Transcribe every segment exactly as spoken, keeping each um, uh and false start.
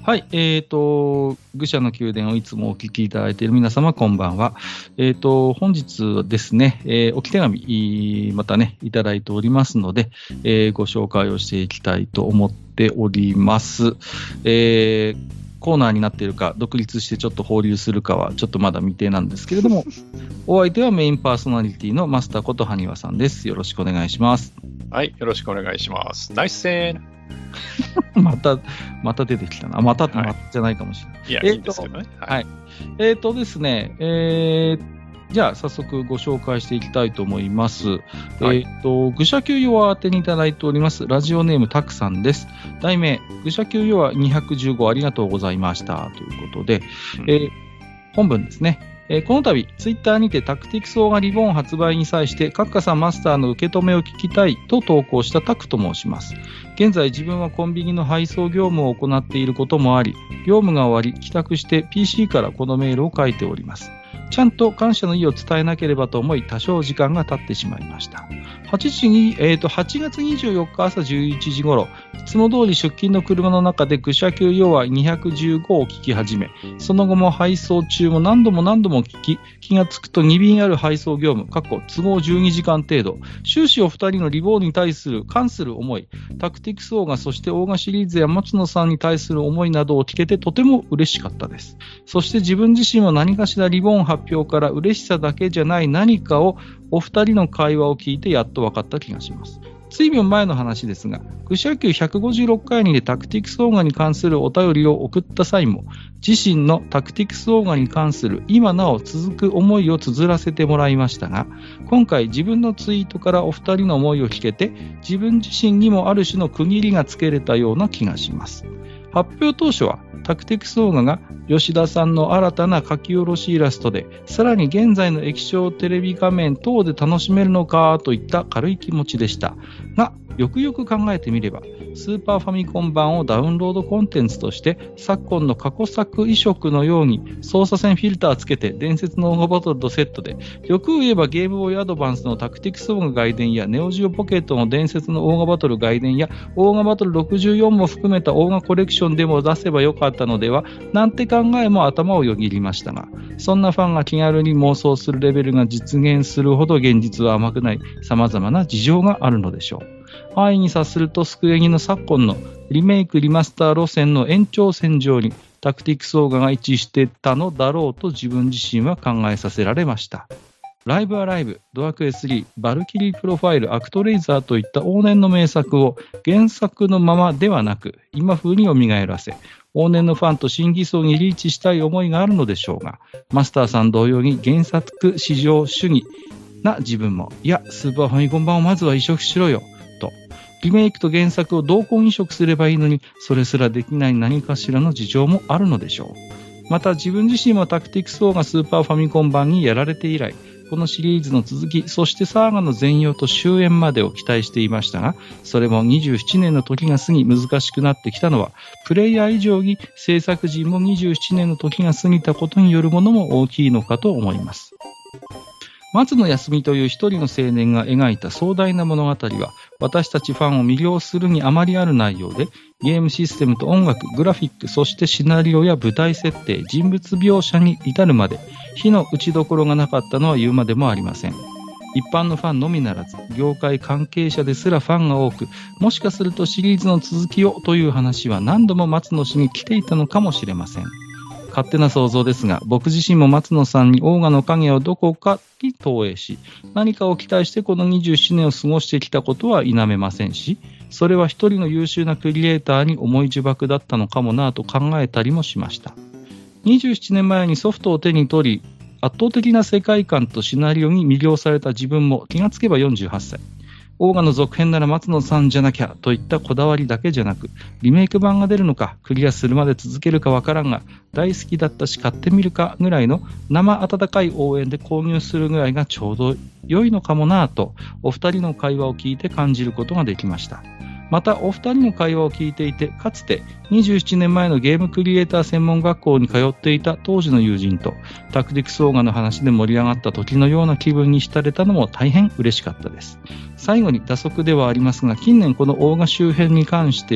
はい、えーと、愚者の宮殿をいつもお聞きいただいている皆様、こんばんは。えーと、本日ですね、えー、置き手紙、またね、いただいておりますので、えー、ご紹介をしていきたいと思っております。えー、コーナーになっているか、独立してちょっと放流するかは、ちょっとまだ未定なんですけれども、お相手はメインパーソナリティのマスターことはにわさんです。よろしくお願いします。 はい、よろしくお願いします。ナイスセーンまた、また出てきたな。また、はい、またじゃないかもしれない。 いや、えー、いいんですけどね。 はい。はい、えーとですね、えー、じゃあ早速ご紹介していきたいと思います。はい、えーと、愚者級ヨア宛てにいただいております。ラジオネームたくさんです。題名、愚者級ヨアにひゃくじゅうごありがとうございました。ということで、うん、えー、本文ですね。えー、この度、ツイッターにてタクティクスオーガリボン発売に際して、閣下さんマスターの受け止めを聞きたいと投稿したタクと申します。現在自分はコンビニの配送業務を行っていることもあり、業務が終わり、帰宅して ピーシー からこのメールを書いております。ちゃんと感謝の意を伝えなければと思い、多少時間が経ってしまいました。はちじに、えーと、はちがつにじゅうよっか朝じゅういちじ頃、いつも通り出勤の車の中で愚者級ヨアにひゃくじゅうごを聞き始め、その後も配送中も何度も何度も聞き、気がつくとに便ある配送業務、過去都合じゅうにじかん程度、終始お二人のリボーンに対する関する思い、タクティクスオーガ、そしてオーガシリーズや松野さんに対する思いなどを聞けてとても嬉しかったです。そして自分自身も何かしらリボーン発表から嬉しさだけじゃない何かをお二人の会話を聞いてやっと分かった気がします。随分前の話ですが、愚者級ひゃくごじゅうろっかいにでタクティクスオーガに関するお便りを送った際も、自身のタクティクスオーガに関する今なお続く思いを綴らせてもらいましたが、今回自分のツイートからお二人の思いを聞けて、自分自身にもある種の区切りがつけれたような気がします。発表当初はタクティクスオーガが吉田さんの新たな書き下ろしイラストで、さらに現在の液晶テレビ画面等で楽しめるのかといった軽い気持ちでしたが、よくよく考えてみれば、スーパーファミコン版をダウンロードコンテンツとして昨今の過去作移植のように操作線フィルターつけて伝説のオーガバトルとセットで、よく言えばゲームボーイアドバンスのタクティクスオーガ外伝やネオジオポケットの伝説のオーガバトル外伝やオーガバトルろくじゅうよんも含めたオーガコレクションでも出せばよかったのではなんて考えも頭をよぎりましたが、そんなファンが気軽に妄想するレベルが実現するほど現実は甘くない様々な事情があるのでしょう。範囲に察するとスクエニの昨今のリメイクリマスター路線の延長線上にタクティクスオーガが位置してたのだろうと自分自身は考えさせられました。ライブアライブ、ドラクエスリー、バルキリープロファイル、アクトレイザーといった往年の名作を原作のままではなく今風に蘇らせ、往年のファンと新偽装にリーチしたい思いがあるのでしょうが、マスターさん同様に原作至上主義な自分も、いや、スーパーファミコン版をまずは移植しろよと、リメイクと原作を同梱移植すればいいのに、それすらできない何かしらの事情もあるのでしょう。また自分自身もタクティクスオーガスーパーファミコン版にやられて以来、このシリーズの続き、そしてサーガの全容と終焉までを期待していましたが、それもにじゅうななねんの時が過ぎ難しくなってきたのは、プレイヤー以上に制作陣もにじゅうななねんの時が過ぎたことによるものも大きいのかと思います。松野康美という一人の青年が描いた壮大な物語は、私たちファンを魅了するにあまりある内容で、ゲームシステムと音楽、グラフィック、そしてシナリオや舞台設定、人物描写に至るまで、火の打ちどころがなかったのは言うまでもありません。一般のファンのみならず、業界関係者ですらファンが多く、もしかするとシリーズの続きをという話は何度も松野氏に来ていたのかもしれません。勝手な想像ですが、僕自身も松野さんにオーガの影をどこかに投影し、何かを期待してこのにじゅうななねんを過ごしてきたことは否めませんし、それは一人の優秀なクリエイターに重い呪縛だったのかもなぁと考えたりもしました。にじゅうななねんまえにソフトを手に取り、圧倒的な世界観とシナリオに魅了された自分も気がつけばよんじゅうはっさい。オーガの続編なら松野さんじゃなきゃといったこだわりだけじゃなく、リメイク版が出るのかクリアするまで続けるかわからんが大好きだったし買ってみるかぐらいの生温かい応援で購入するぐらいがちょうど良いのかもなぁと、お二人の会話を聞いて感じることができました。またお二人の会話を聞いていて、かつてにじゅうななねんまえのゲームクリエイター専門学校に通っていた当時の友人とタクティクスオーガの話で盛り上がった時のような気分に浸れたのも大変嬉しかったです。最後に打足ではありますが、近年このオーガ周辺に関しては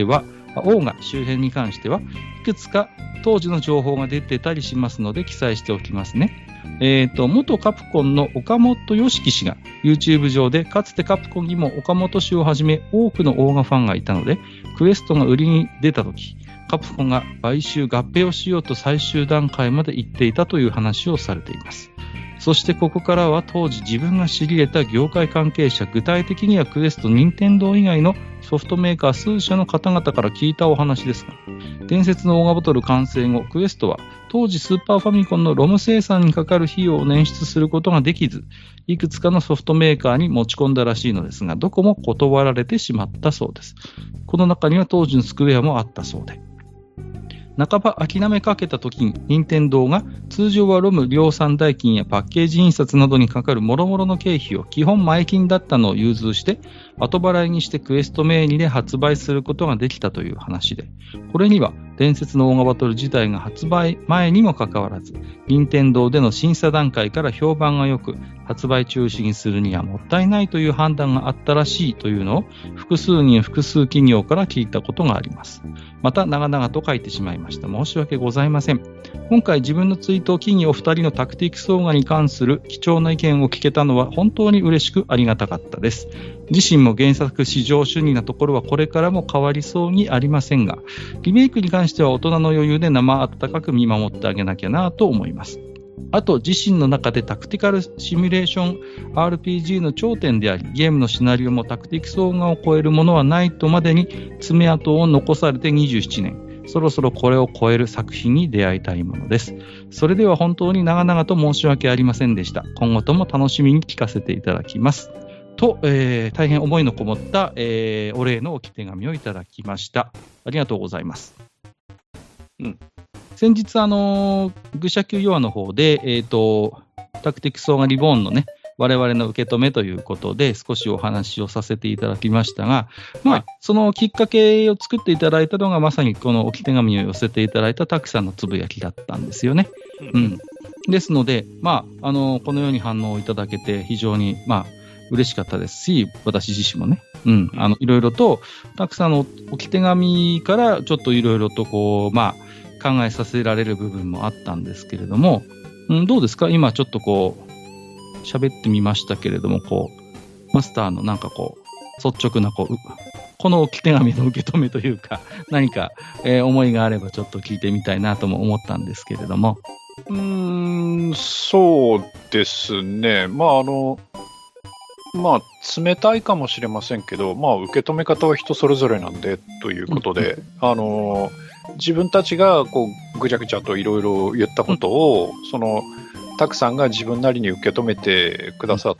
オーガ周辺に関してはいくつか当時の情報が出てたりしますので記載しておきますね。えーと、元カプコンの岡本良樹氏が YouTube 上でかつてカプコンにも岡本氏をはじめ多くのオーガファンがいたので、クエストが売りに出たとき、カプコンが買収合併をしようと最終段階まで行っていたという話をされています。そしてここからは当時自分が知り得た業界関係者、具体的にはクエスト、任天堂以外のソフトメーカー数社の方々から聞いたお話ですが、伝説のオーガバトル完成後、クエストは当時スーパーファミコンのロム生産にかかる費用を捻出することができず、いくつかのソフトメーカーに持ち込んだらしいのですが、どこも断られてしまったそうです。この中には当時のスクエアもあったそうで、半ば諦めかけた時に任天堂が通常はロム量産代金やパッケージ印刷などにかかる諸々の経費を基本前金だったのを融通して後払いにしてクエスト名義で発売することができたという話で、これには伝説のオーガバトル自体が発売前にもかかわらず、任天堂での審査段階から評判が良く、発売中止にするにはもったいないという判断があったらしいというのを複数人複数企業から聞いたことがあります。また長々と書いてしまいました。申し訳ございません。今回自分のツイートを機にお二人のタクティクスオーガに関する貴重な意見を聞けたのは本当に嬉しくありがたかったです。自身も原作至上主義なところはこれからも変わりそうにありませんが、リメイクに関しては大人の余裕で生温かく見守ってあげなきゃなと思います。あと自身の中でタクティカルシミュレーション アールピージー の頂点であり、ゲームのシナリオもタクティクスオーガを超えるものはないとまでに爪痕を残されてにじゅうななねん、そろそろこれを超える作品に出会いたいものです。それでは本当に長々と申し訳ありませんでした。今後とも楽しみに聞かせていただきますと、えー、大変思いのこもった、えー、お礼の置き手紙をいただきました。ありがとうございます。うん、先日、あのー、愚者級ヨアの方で、えーと、タクティクスオーガリボーンのね、我々の受け止めということで少しお話をさせていただきましたが、まあ、はい、そのきっかけを作っていただいたのがまさにこの置き手紙を寄せていただいたたくさんのつぶやきだったんですよね。うん、ですので、まあ、あのこのように反応いただけて非常に、まあ、嬉しかったですし、私自身もね、うん、あのいろいろとたくさんの置き手紙からちょっといろいろとこう、まあ、考えさせられる部分もあったんですけれども、うん、どうですか今ちょっとこう喋ってみましたけれども、こうマスターのなんかこう率直なこうこの置き手紙の受け止めというか何か、えー、思いがあればちょっと聞いてみたいなとも思ったんですけれども。 うーん、そうですね。まああのまあ冷たいかもしれませんけど、まあ受け止め方は人それぞれなんでということで、うん、あの自分たちがこうぐちゃぐちゃといろいろ言ったことを、うん、そのたくさんが自分なりに受け止めてくださって、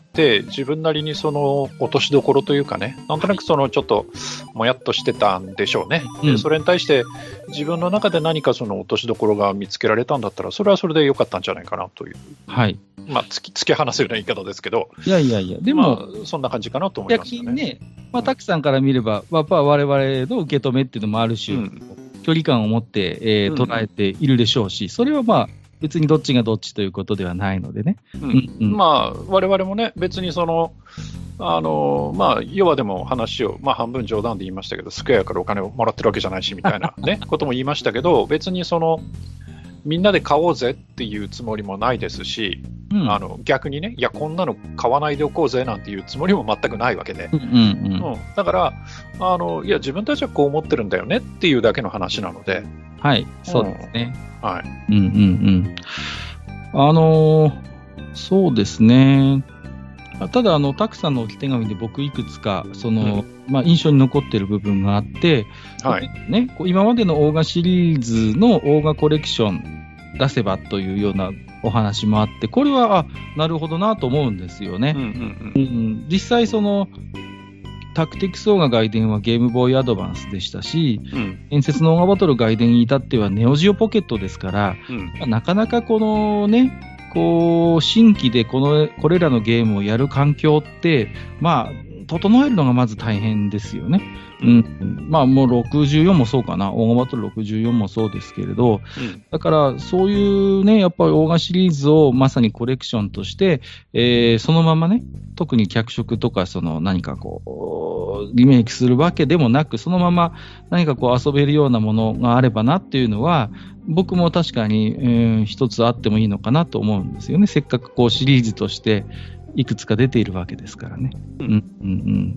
自分なりにその落としどころというかね、なんとなくそのちょっともやっとしてたんでしょうね。でそれに対して自分の中で何かその落としどころが見つけられたんだったら、それはそれで良かったんじゃないかなという、はい、まあ突き、突き放すような言い方ですけど、 いやいやいや、でも、 まあ、そんな感じかなと思いますよね。 ね、まあ、たくさんから見れば、まあ、我々の受け止めっていうのもある種、うん、距離感を持って、えー、捉えているでしょうし、それはまあ別にどっちがどっちということではないのでね。 うんうん、まあ我々もね、別にそのあのまあ要はでも話を、まあ、半分冗談で言いましたけど、スクエアからお金をもらってるわけじゃないしみたいなねことも言いましたけど、別にそのみんなで買おうぜっていうつもりもないですし、うん、あの逆にね、いやこんなの買わないでおこうぜなんていうつもりも全くないわけで、うんうんうんうん、だからあのいや自分たちはこう思ってるんだよねっていうだけの話なので、 はい、そうですね。 うん、はい。 うんうんうん。あのー、そうですね。ただ、あの、たくさんの置き手紙で僕いくつか、その、うん、まあ、印象に残っている部分があって、はい。ね、今までのオーガシリーズのオーガコレクション出せばというようなお話もあって、これは、あ、なるほどなと思うんですよね。うんうんうんうん、実際、その、タクティクスオーガ外伝はゲームボーイアドバンスでしたし、うん、伝説のオーガバトル外伝に至ってはネオジオポケットですから、うんまあ、なかなかこのね、こう新規でこのこれらのゲームをやる環境って、まあ、 整えるのがまず大変ですよね。うん。まあもうろくじゅうよんもそうかな。オーガバトルろくじゅうよんもそうですけれど、うん、だからそういうね、やっぱりオーガシリーズをまさにコレクションとして、えー、そのままね、特に脚色とかその何かこう、リメイクするわけでもなく、そのまま何かこう遊べるようなものがあればなっていうのは、僕も確かに、えー、一つあってもいいのかなと思うんですよね。せっかくこうシリーズとしていくつか出ているわけですからね。うんうんうん。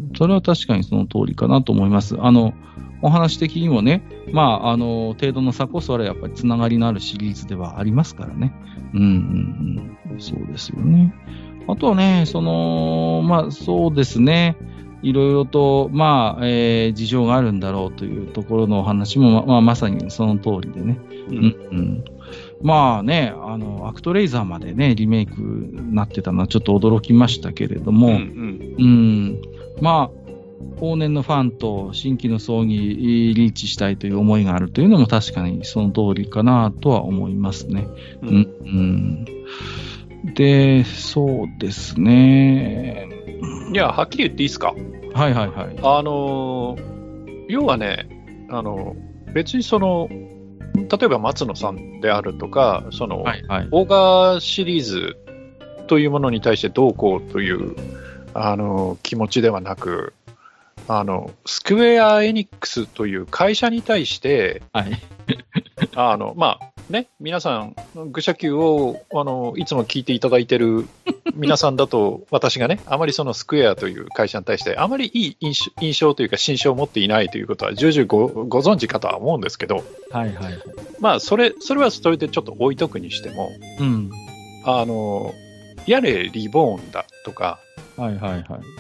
それは確かにその通りかなと思います。あの、お話的にもね、まあ、あの、程度の差こそあれやっぱりつながりのあるシリーズではありますからね。うんうんうん。そうですよね。あとはね、その、まあそうですね。いろいろと、まあ、えー、事情があるんだろうというところのお話も、まあ、まさにその通りでね。うんうん、まあね、あの、アクトレイザーまでね、リメイクになってたのはちょっと驚きましたけれども、うん、うんうん、まあ、往年のファンと新規の層にリーチしたいという思いがあるというのも確かにその通りかなとは思いますね。うんうんうん、で、そうですね。 いや、はっきり言っていいですか？ はいはいはい。 あの、要はね、あの、別にその、例えば松野さんであるとか、その、はいはい、オーガシリーズというものに対してどうこうという、あの、気持ちではなく、あの、スクエア・エニックスという会社に対して、はい、あの、まあ、ね、皆さん、愚者級をあのいつも聞いていただいている皆さんだと、私がね、あまりそのスクエアという会社に対して、あまりいい印象、印象というか、心象を持っていないということは、重々 ご, ご存知かとは思うんですけど、 はいはい、 まあ、それ、それはそれでちょっと置いとくにしても、うん、あの、やれリボーンだとか、 はいはいはい、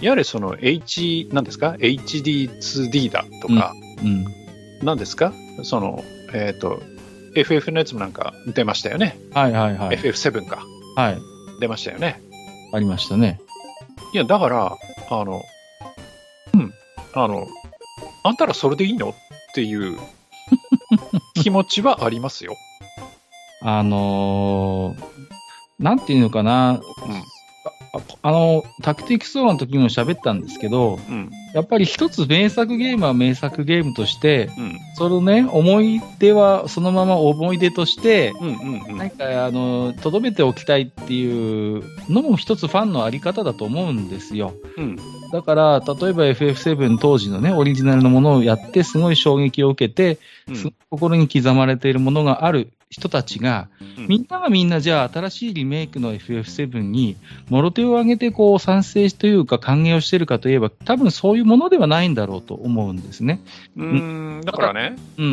やれその H、なんですか、エイチディーツーディー だとか、うんうん、なんですか、その、えっと、エフエフ のやつもなんか出ましたよね。 はいはいはい。 エフエフセブン か。 はい。 出ましたよね。 ありましたね。 いや、だから、あの、うん、あの、あんたらそれでいいのっていう気持ちはありますよ。 あのー、なんていうのかな、うん、あ, あの、タクティクスオーの時も喋ったんですけど、うん、やっぱり一つ名作ゲームは名作ゲームとして、うん、そのね、思い出はそのまま思い出として、うんうんうん、なんか、あの、留めておきたいっていうのも一つファンのあり方だと思うんですよ。うん、だから、例えば エフエフセブン 当時のね、オリジナルのものをやって、すごい衝撃を受けて、うん、心に刻まれているものがある人たちが、うん、みんながみんなじゃあ新しいリメイクの エフエフセブン にもろ手を挙げてこう賛成というか歓迎をしているかといえば多分そういうものではないんだろうと思うんですね。 うーん、だからね、うんうん、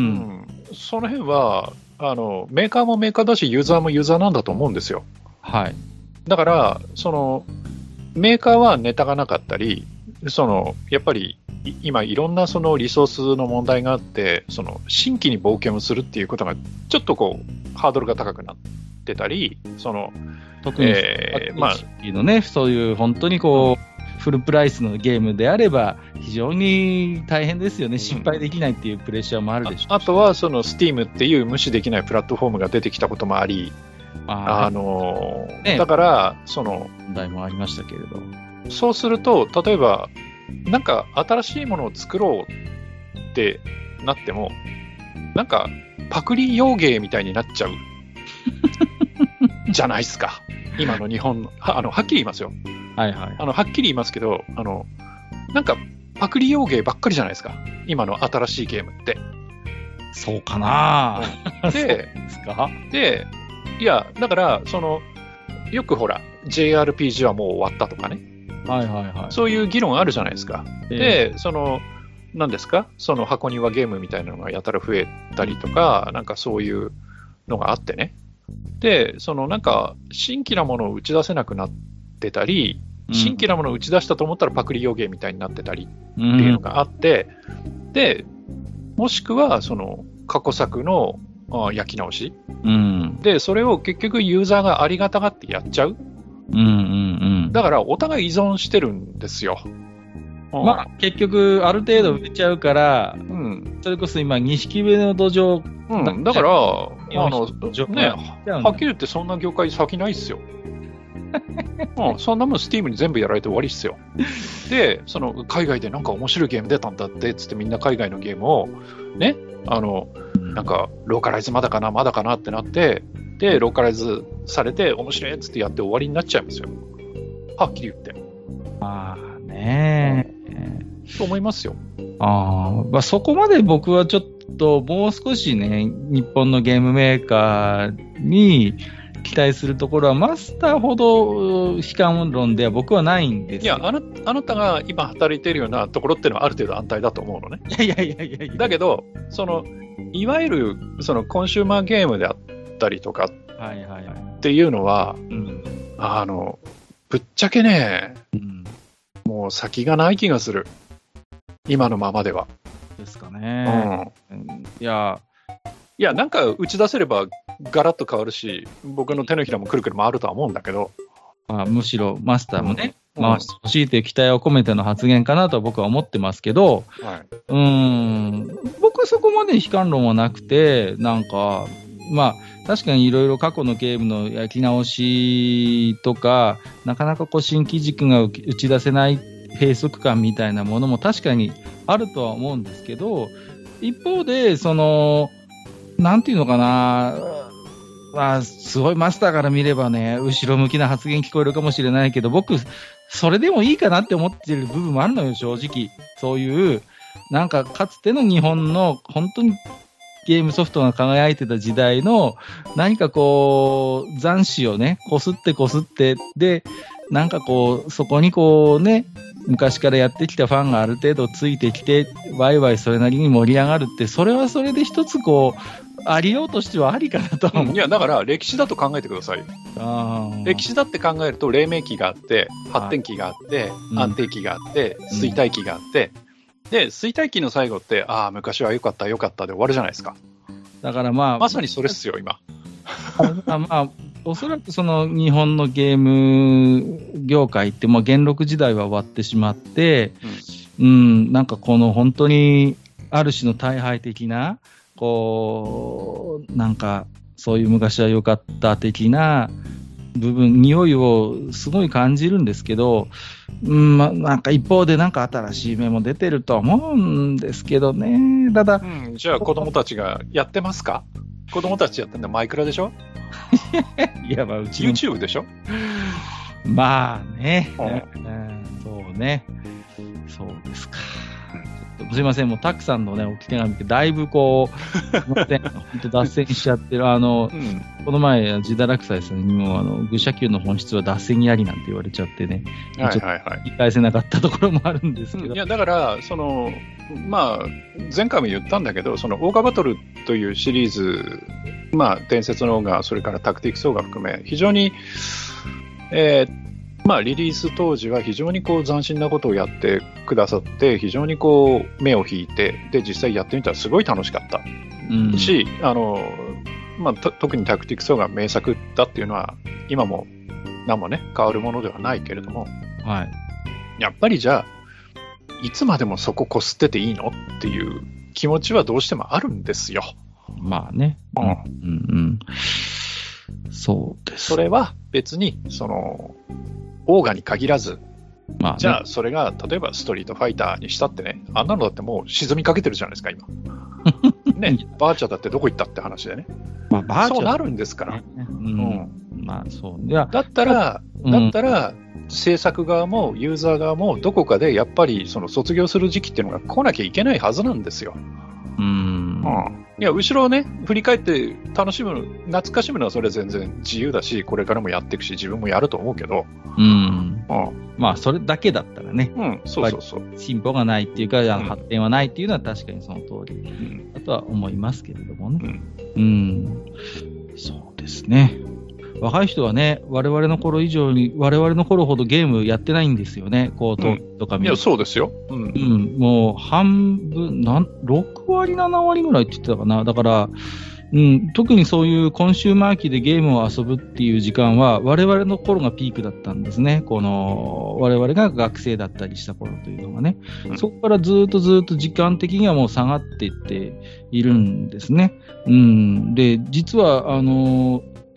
その辺はあのメーカーもメーカーだしユーザーもユーザーなんだと思うんですよ。はい。だからそのメーカーはネタがなかったり、そのやっぱり今いろんなそのリソースの問題があって、その新規に冒険をするっていうことがちょっとこうハードルが高くなってたり、その特に、えー、まあのね、そういう本当にこうフルプライスのゲームであれば非常に大変ですよね。失敗できないっていうプレッシャーもあるでしょうし、 あ, あとはその Steam っていう無視できないプラットフォームが出てきたこともあり、あ、あのーね、だからその問題もありましたけれど、 そうすると例えばなんか新しいものを作ろうってなってもなんかパクリ幼芸みたいになっちゃうじゃないですか。今の日本の は, あのはっきり言いますよ。はいはい。あのはっきり言いますけど、あのなんかパクリ幼芸ばっかりじゃないですか。今の新しいゲームって。 そうかな。 で、そうですか？で、いやだからそのよくほら ジェイアールピージー はもう終わったとかね。はいはいはい。そういう議論あるじゃないですか。えー、で、その何ですか、その箱庭ゲームみたいなのがやたら増えたりとか、なんかそういうのがあってね。で、そのなんか新規なものを打ち出せなくなってたり、新規なものを打ち出したと思ったらパクリ幼芸みたいになってたりっていうのがあって、うん、で、もしくはその過去作の焼き直し、うん、で、それを結局ユーザーがありがたがってやっちゃう。うんうんうん、だからお互い依存してるんですよ。 まあ、結局ある程度売れちゃうから、うん、それこそ今錦上の土壌、 うん、だからあの、ね、はっきり言ってそんな業界先ないっすよ。 うん、そんなもんスティームに全部やられて終わりっすよ。で、その海外でなんか面白いゲーム出たんだってつってみんな海外のゲームをね、あのなんかローカライズまだかなまだかなってなって、でローカライズされて面白いっつってやって終わりになっちゃいますよ。はっきり言って。 まあね、 うん、と思いますよ。 あ、まあ、そこまで僕はちょっともう少しね、日本のゲームメーカーに期待するところはマスターほど悲観論では僕はないんですよ。 いや、あな、あなたが今働いているようなところっていうのはある程度安泰だと思うのね。 いやいやいやいやいや。 だけど、その、いわゆるそのコンシューマーゲームであったりとかっていうのは、うん、あの、ぶっちゃけね、うん、もう先がない気がする。今のままでは。 ですかね。うん、いや、 いや、なんか打ち出せればガラッと変わるし、僕の手のひらもくるくる回るとは思うんだけど。 まあ、むしろマスターもね、うん、回してほしいという期待を込めての発言かなとは僕は思ってますけど、はい、うーん、僕はそこまで悲観論はなくて、なんか、まあ、確かにいろいろ過去のゲームの焼き直しとか、なかなかこう新規軸が打ち出せない閉塞感みたいなものも確かにあるとは思うんですけど、一方で、その、なんていうのかな、まあ、すごいマスターから見ればね、後ろ向きな発言聞こえるかもしれないけど、僕、それでもいいかなって思ってる部分もあるのよ、正直。そういう、なんかかつての日本の本当にゲームソフトが輝いてた時代の何かこう、残滓をね、こすってこすって、で、なんかこう、そこにこうね、昔からやってきたファンがある程度ついてきて、ワイワイそれなりに盛り上がるって、それはそれで一つこう、ありようとしてはありかなと思う、 うん、いや、だから歴史だと考えてください。あ歴史だって考えると、黎明期があって、発展期があって、安定期があって、うん、衰退期があって、で、衰退期の最後って、ああ、昔は良かった、良かったで終わるじゃないですか。 だからまあ、 まさにそれっすよ、今。 あまあ、おそらくその日本のゲーム業界って、まあ、元禄時代は終わってしまって、うん、うん、なんかこの本当にある種の大敗的な、こう、なんかそういう昔は良かった的な部分、匂いをすごい感じるんですけど、うんまあ、なんか一方でなんか新しい芽も出てると思うんですけどね。ただ、 うん、じゃあ子供たちがやってますか？子供たちやってんのマイクラでしょ？ いや、まあうち YouTube でしょ？ まあね、 うんうん、そうね、そうですか。すいません、もうたくさんのね、置き手紙ってだいぶこう、本当脱線しちゃってる。あの、うん、この前、自堕落斎さんにも、あの、愚者級の本質は脱線ありなんて言われちゃってね、 はいはいはい。 言い返せなかったところもあるんですけど。 うん、いや、だから、その、まあ、前回も言ったんだけど、その、オーガバトルというシリーズ、まあ、伝説のオーガ、それからタクティクスオーガ含め、非常に、えーまあ、リリース当時は非常にこう斬新なことをやってくださって、非常にこう目を引いて、で実際やってみたらすごい楽しかった、うん、し、あのまあ、特にタクティクスオーガ名作だっていうのは今も何もね変わるものではないけれども、はい、やっぱりじゃあいつまでもそここすってていいのっていう気持ちはどうしてもあるんですよ。 まあね、うんうんうん、そうです。 それは別にそのオーガに限らず、まあね、じゃあそれが例えばストリートファイターにしたってね、あんなのだってもう沈みかけてるじゃないですか今ね、バーチャだってどこ行ったって話でね、まあ、バーチャそうなるんですから、うんうん、まあそういやだったら、うん、だったら制作側もユーザー側もどこかでやっぱりその卒業する時期っていうのが来なきゃいけないはずなんですよ。うん、うん、いや後ろをね振り返って楽しむ懐かしむのはそれは全然自由だし、これからもやっていくし自分もやると思うけど、うん、 うん、まあそれだけだったらね、うん、そうそうそう進歩がないっていうか、うん、発展はないっていうのは確かにその通りだとは思いますけれどもね、うん、うん、そうですね。若い人はね、我々の頃以上に、我々の頃ほどゲームやってないんですよね、こう、うん、とか見る。 いや、そうですよ。 うん。うん、もう、半分、なん、ろくわり、ななわりぐらいって言ってたかな。だから、うん、特にそういうコンシューマー機でゲームを遊ぶっていう時間は、我々の頃がピークだったんですね。この、我々が学生だったりした頃というのがね。うん、そこからずっとずっと時間的にはもう下がっていっているんですね。うん。で、実は、あの、い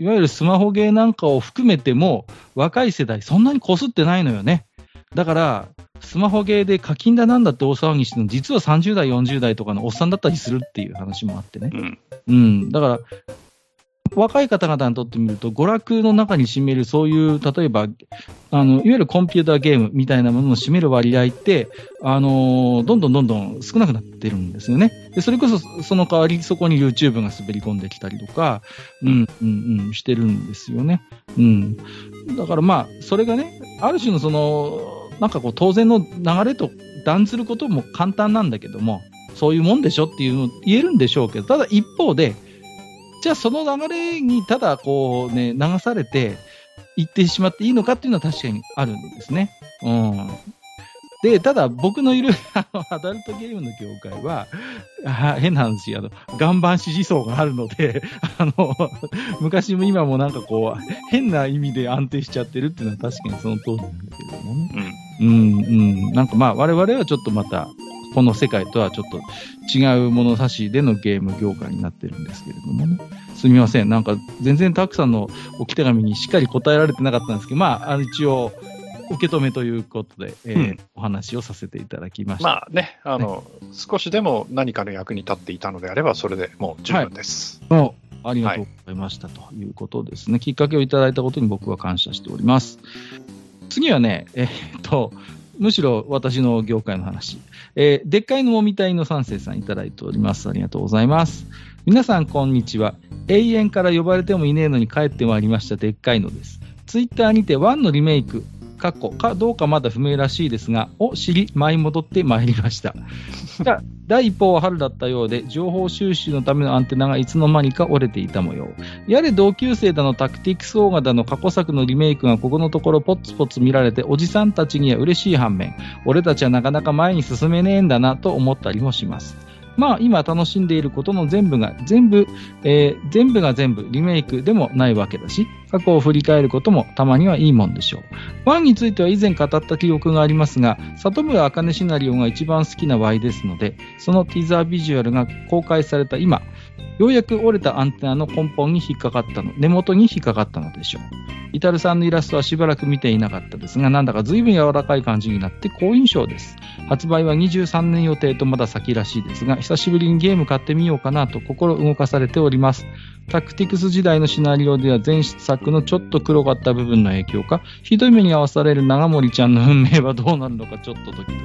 いわゆるスマホゲーなんかを含めても、若い世代そんなにこすってないのよね。だから、スマホゲーで課金だなんだって大騒ぎしてるの、実はさんじゅう代、よんじゅう代とかのおっさんだったりするっていう話もあってね。うん。うん、だから、若い方々にとってみると、娯楽の中に占めるそういう、例えば、あの、いわゆるコンピューターゲームみたいなものの占める割合って、あのー、どんどんどんどん少なくなってるんですよね。で、それこそ、その代わりそこに YouTube が滑り込んできたりとか、うん、うん、うん、してるんですよね。うん。だからまあ、それがね、ある種のその、なんかこう、当然の流れと断ずることも簡単なんだけども、そういうもんでしょっていうのを言えるんでしょうけど、ただ一方で、じゃあその流れにただこうね、流されて行ってしまっていいのかっていうのは確かにあるんですね。うん。で、ただ僕のいるあのアダルトゲームの業界は、あ変な話、あの、岩盤支持層があるので、あの、昔も今もなんかこう、変な意味で安定しちゃってるっていうのは確かにその通りなんだけどもね。うん、うん、うん。なんかまあ我々はちょっとまた、この世界とはちょっと違う物差しでのゲーム業界になってるんですけれどもね。すみません。なんか全然たくさんの置き手紙にしっかり答えられてなかったんですけど、まあ、一応、受け止めということで、えーうん、お話をさせていただきました。 まあね、あの、ね、少しでも何かの役に立っていたのであれば、それでもう十分です。 はい、ありがとうございました、はい、ということですね。きっかけをいただいたことに僕は感謝しております。次はね、えー、っと、むしろ私の業界の話。えー、でっかいのもみたいの三世さんいただいております。ありがとうございます。皆さんこんにちは。永遠から呼ばれてもいねえのに帰ってまいりましたでっかいのです。ツイッターにてワンのリメイク、かっこかどうかまだ不明らしいですが、を知り舞い戻ってまいりました。第一報は春だったようで、情報収集のためのアンテナがいつの間にか折れていた模様。やれ同級生だのタクティクスオーガだの過去作のリメイクがここのところポツポツ見られて、おじさんたちには嬉しい反面、俺たちはなかなか前に進めねえんだなと思ったりもします。まあ今楽しんでいることの全部が全部、えー、全部が全部リメイクでもないわけだし、過去を振り返ることもたまにはいいもんでしょう。ワンについては以前語った記憶がありますが、里村茜シナリオが一番好きな ワイ ですので、そのティザービジュアルが公開された今、ようやく折れたアンテナの根本に引っかかったの、根元に引っかかったのでしょう。イタルさんのイラストはしばらく見ていなかったですが、なんだか随分柔らかい感じになって好印象です。発売はにじゅうさんねん予定とまだ先らしいですが、久しぶりにゲーム買ってみようかなと心動かされております。タクティクス時代のシナリオでは前作のちょっと黒かった部分の影響か、ひどい目に遭わされる長森ちゃんの運命はどうなるのかちょっとドキドキです。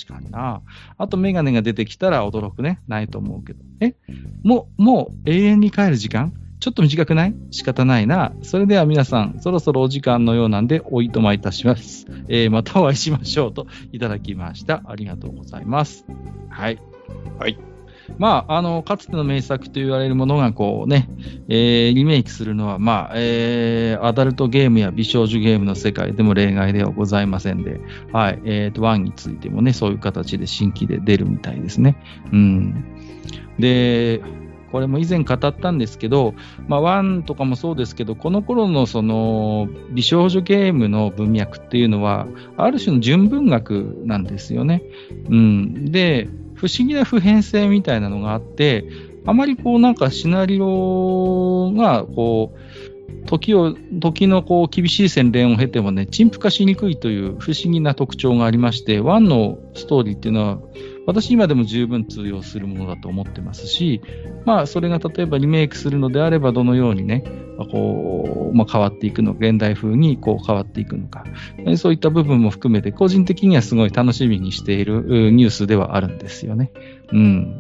確かにな。あとメガネが出てきたら驚くね。ないと思うけど。えもう、もう永遠に帰る時間ちょっと短くない？仕方ないな。それでは皆さん、そろそろお時間のようなんでおいとまいたします。えー、またお会いしましょうといただきました。ありがとうございます。はい。 はい。 まあ、あの、かつての名作と言われるものがこうね、えー、リメイクするのは、まあ、えー、アダルトゲームや美少女ゲームの世界でも例外ではございませんで、はい、えーと、ワンについてもね、そういう形で新規で出るみたいですね。うん。で、これも以前語ったんですけど、まあ、ワンとかもそうですけど、この頃のその美少女ゲームの文脈っていうのは、ある種の純文学なんですよね。うん。で、不思議な普遍性みたいなのがあって、あまりこうなんかシナリオがこう、時を、時のこう厳しい洗練を経てもね、陳腐化しにくいという不思議な特徴がありまして、ワンのストーリーっていうのは、私今でも十分通用するものだと思ってますし、まあそれが例えばリメイクするのであればどのようにね、こう、まあ、変わっていくのか、現代風にこう変わっていくのか、そういった部分も含めて個人的にはすごい楽しみにしているニュースではあるんですよね。うん。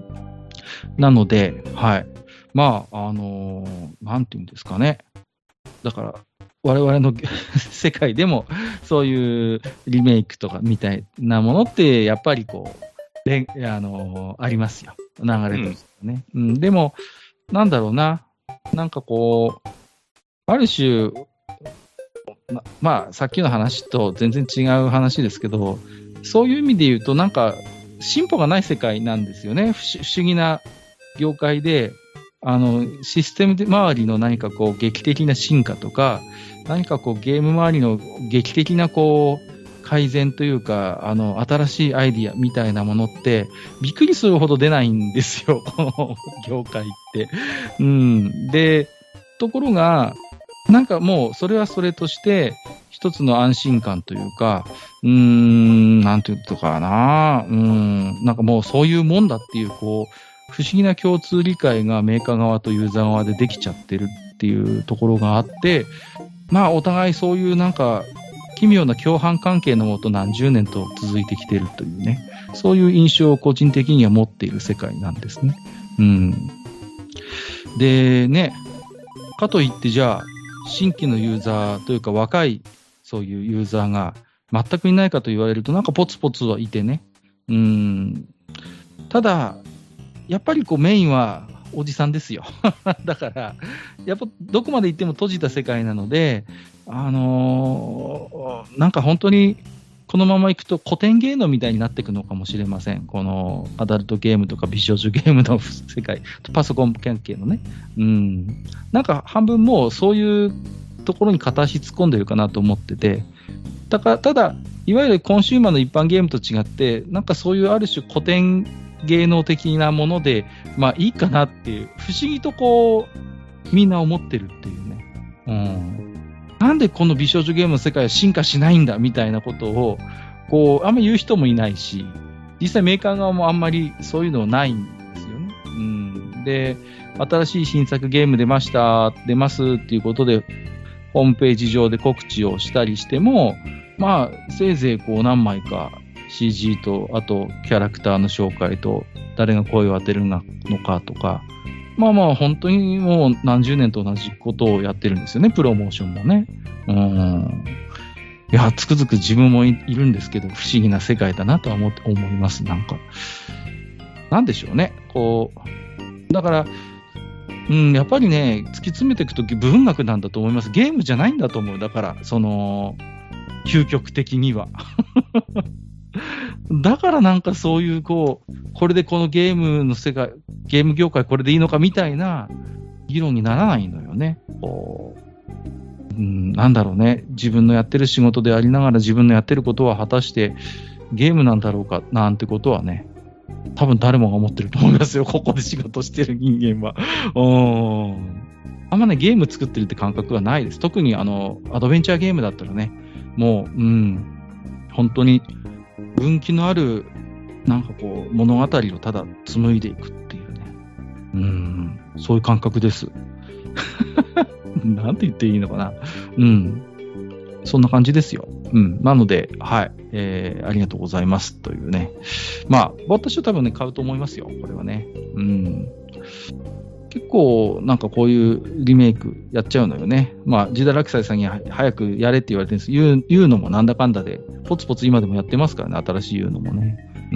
なので、はい。まあ、あのー、なんていうんですかね。だから、我々の世界でもそういうリメイクとかみたいなものってやっぱりこう、であのー、ありますよ。流れとしてね、うんうん。でも、なんだろうな。なんかこう、ある種、ま、まあ、さっきの話と全然違う話ですけど、そういう意味で言うと、なんか、進歩がない世界なんですよね。不思議な業界で、あの、システム周りの何かこう、劇的な進化とか、何かこう、ゲーム周りの劇的なこう、改善というか、あの、新しいアイディアみたいなものって、びっくりするほど出ないんですよ、この業界って。うん。で、ところが、 なんかもうそれはそれとして一つの安心感というか、うーん、なんていうとかな、うーん、なんかもうそういうもんだっていう、こう、不思議な共通理解がメーカー側とユーザー側でできちゃってるっていうところがあって、まあお互いそういうなんか奇妙な共犯関係のもと何十年と続いてきてるというね、そういう印象を個人的には持っている世界なんですね。うん。でね、かといってじゃあ、新規のユーザーというか若いそういうユーザーが全くいないかと言われるとなんかポツポツはいてね。うーん。ただ、やっぱりこうメインはおじさんですよ。だから、やっぱどこまで行っても閉じた世界なので、あのー、なんか本当にこのまま行くと古典芸能みたいになっていくのかもしれません。このアダルトゲームとか美少女ゲームの世界、パソコン関係のね。うん。なんか半分もうそういうところに片足突っ込んでるかなと思ってて、だから、ただ、いわゆるコンシューマーの一般ゲームと違って、なんかそういうある種古典芸能的なもので、まあいいかなっていう、不思議とこう、みんな思ってるっていうね。うん。なんでこの美少女ゲームの世界は進化しないんだみたいなことを、こう、あんま言う人もいないし、実際メーカー側もあんまりそういうのないんですよね。うん。で、新しい新作ゲーム出ました、出ますっていうことで、ホームページ上で告知をしたりしても、まあ、せいぜいこう何枚か シージー と、あとキャラクターの紹介と、誰が声を当てるのかとか、まあまあ本当にもう何十年と同じことをやってるんですよね、プロモーションもね。うん。いや、つくづく自分も い, いるんですけど、不思議な世界だなとは思思います、なんか。なんでしょうね、こう、だから、うん、やっぱりね、突き詰めていくとき文学なんだと思います。ゲームじゃないんだと思う。だから、その、究極的には。だからなんかそういう、こう、これでこのゲームの世界、ゲーム業界これでいいのかみたいな議論にならないのよね。こう、うん、なんだろうね。自分のやってる仕事でありながら自分のやってることは果たしてゲームなんだろうかなんてことはね、多分誰もが思ってると思いますよ。ここで仕事してる人間は。うん。あんまね、ゲーム作ってるって感覚はないです。特にあの、アドベンチャーゲームだったらね、もう、うん、本当に分岐のある、なんかこう、物語をただ紡いでいくっていうね。うん、そういう感覚です。なんて言っていいのかな。うん。そんな感じですよ。うん。なので、はい。えー、ありがとうございますというね。まあ、私は多分ね、買うと思いますよ。これはね。うん。結構、なんかこういうリメイクやっちゃうのよね。まあ、ジダラクサイさんに早くやれって言われてるんです。言う、言うのもなんだかんだで、ポツポツ今でもやってますからね。新しい言うのもね。うん。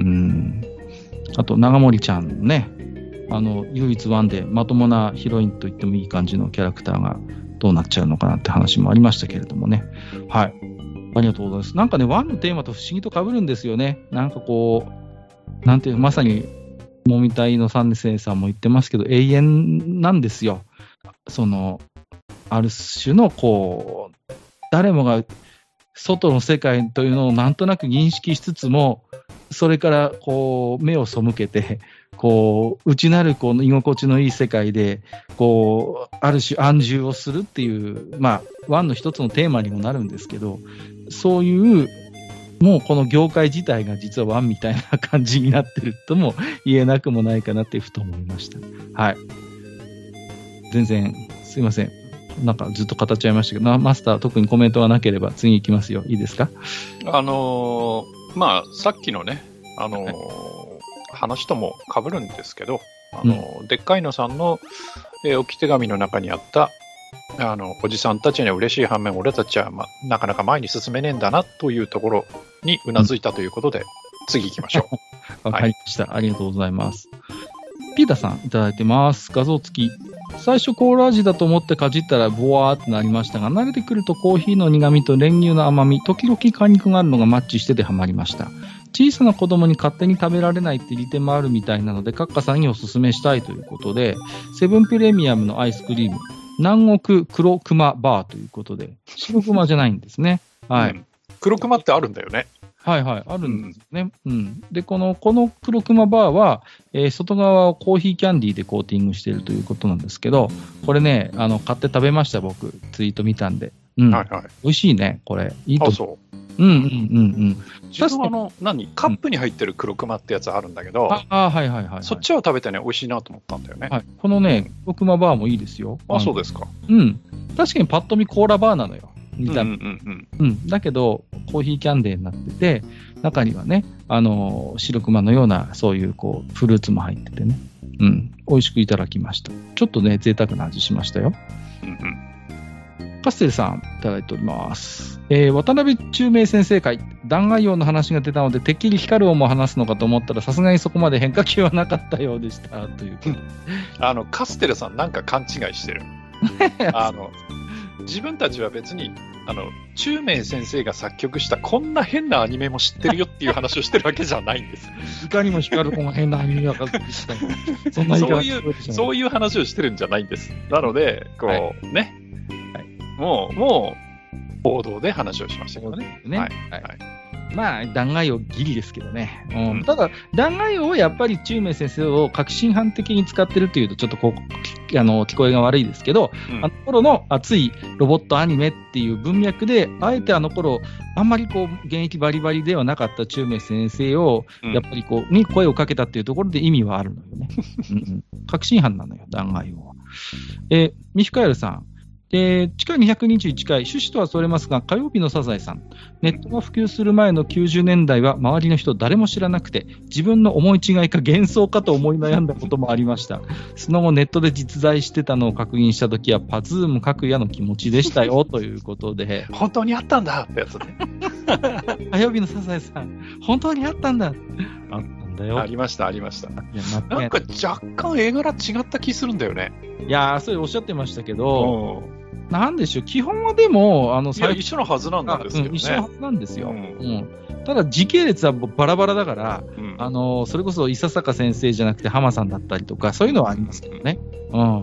あと、長森ちゃんのね。あの、唯一ワンでまともなヒロインと言ってもいい感じのキャラクターがどうなっちゃうのかなって話もありましたけれどもね。はい。ありがとうございます。なんかね、ワンのテーマと不思議と被るんですよね。なんかこう、なんていう、まさに、もみたいの三年生さんも言ってますけど、永遠なんですよ。その、ある種のこう、誰もが外の世界というのをなんとなく認識しつつも、それからこう、目を背けて、こう、内なるこう居心地のいい世界で、こう、ある種安住をするっていう、まあ、ワンの一つのテーマにもなるんですけど、そういう、もうこの業界自体が実はワンみたいな感じになってるとも言えなくもないかなってふと思いました。はい。全然、すいません。なんかずっと語っちゃいましたけど、マスター特にコメントがなければ次行きますよ。いいですか？ あのー、まあ、さっきのね、あのーはい、話とも被るんですけど、あのーうん、でっかいのさんの、えー、置き手紙の中にあった、あのおじさんたちには嬉しい反面、俺たちは、ま、なかなか前に進めねえんだなというところにうなずいたということで、うん、次行きましょう。わかりました、はい。ありがとうございます。ピーターさんいただいてます。画像付き。最初コーラ味だと思ってかじったらボワーってなりましたが、慣れてくるとコーヒーの苦味と練乳の甘み、時々果肉があるのがマッチしててハマりました。小さな子供に勝手に食べられないって利点もあるみたいなので、カッカさんにおすすめしたいということで、セブンプレミアムのアイスクリーム、南国黒熊バーということで、白熊じゃないんですね。はい。うん、 黒熊ってあるんだよね。 はいはい、あるんですよね。うん。うん、で、この、この黒熊バーは、えー、外側をコーヒーキャンディーでコーティングしているということなんですけど、これね、あの、買って食べました、僕。ツイート見たんで。うん。はいはい。美味しいね、これ。いいと。 あ、そう。 うんうんうんうん。 自分はあの、何カップに入ってる黒熊ってやつあるんだけど、うん、 ああ、はいはいはい、はい。 そっちは食べてね、美味しいなと思ったんだよね。 はい。このね、黒熊バーもいいですよ。 あ、そうですか。 うん。確かにパッと見コーラバーなのよ。見た目。 うんうんうん、うん。だけど、コーヒーキャンデーになってて、中にはね、あのー、白熊のような、そういう、こう、フルーツも入っててね。うん。美味しくいただきました。ちょっとね、贅沢な味しましたよ。うんうん。カステルさん、いただいております。えー、渡辺中明先生会、弾劾王の話が出たので、てっきり光る王も話すのかと思ったら、さすがにそこまで変化球はなかったようでした、というあの、カステルさんなんか勘違いしてる。あの、自分たちは別に、あの、中明先生が作曲したこんな変なアニメも知ってるよっていう話をしてるわけじゃないんです。 いかにも光る子が変なアニメが作曲したそんなそういう、そういう話をしてるんじゃないんです。なので、こう、はい、ね、はい、もう、もう、報道で話をしましたけどね。ねはい。はいはい、 まあ、弾劾王ギリですけどね。うんうん、ただ、弾劾王をやっぱり中明先生を革新犯的に使ってるというと、ちょっとこう、あの、聞こえが悪いですけど、うん、あの頃の熱いロボットアニメっていう文脈で、あえてあの頃、あんまりこう、現役バリバリではなかった中明先生を、やっぱりこう、に声をかけたっていうところで意味はあるのよね。うんうん、革新犯なのよ、弾劾王は。えー、ミフカエルさん。で、地下にひゃくにじゅういちかい、趣旨とはそれますが、火曜日のサザエさん。ネットが普及する前のきゅうじゅうねんだいは、周りの人誰も知らなくて、自分の思い違いか幻想かと思い悩んだこともありました。その後、ネットで実在してたのを確認したときは、パズーム各夜の気持ちでしたよ、ということで。 本当にあったんだってやつね。 火曜日のサザエさん、本当にあったんだ。あったんだよ。 ありました、ありました。いやなんか若干絵柄違った気するんだよね。 いやー、それおっしゃってましたけど、なんでしょう、基本はでも、あの、 いや、一緒のはずなんですよね。 うん、一緒のはずなんですよ。うんうん、ただ、時系列はバラバラだから、うん、あの、それこそ伊佐坂先生じゃなくて浜さんだったりとか、そういうのはありますけどね。うん。うん、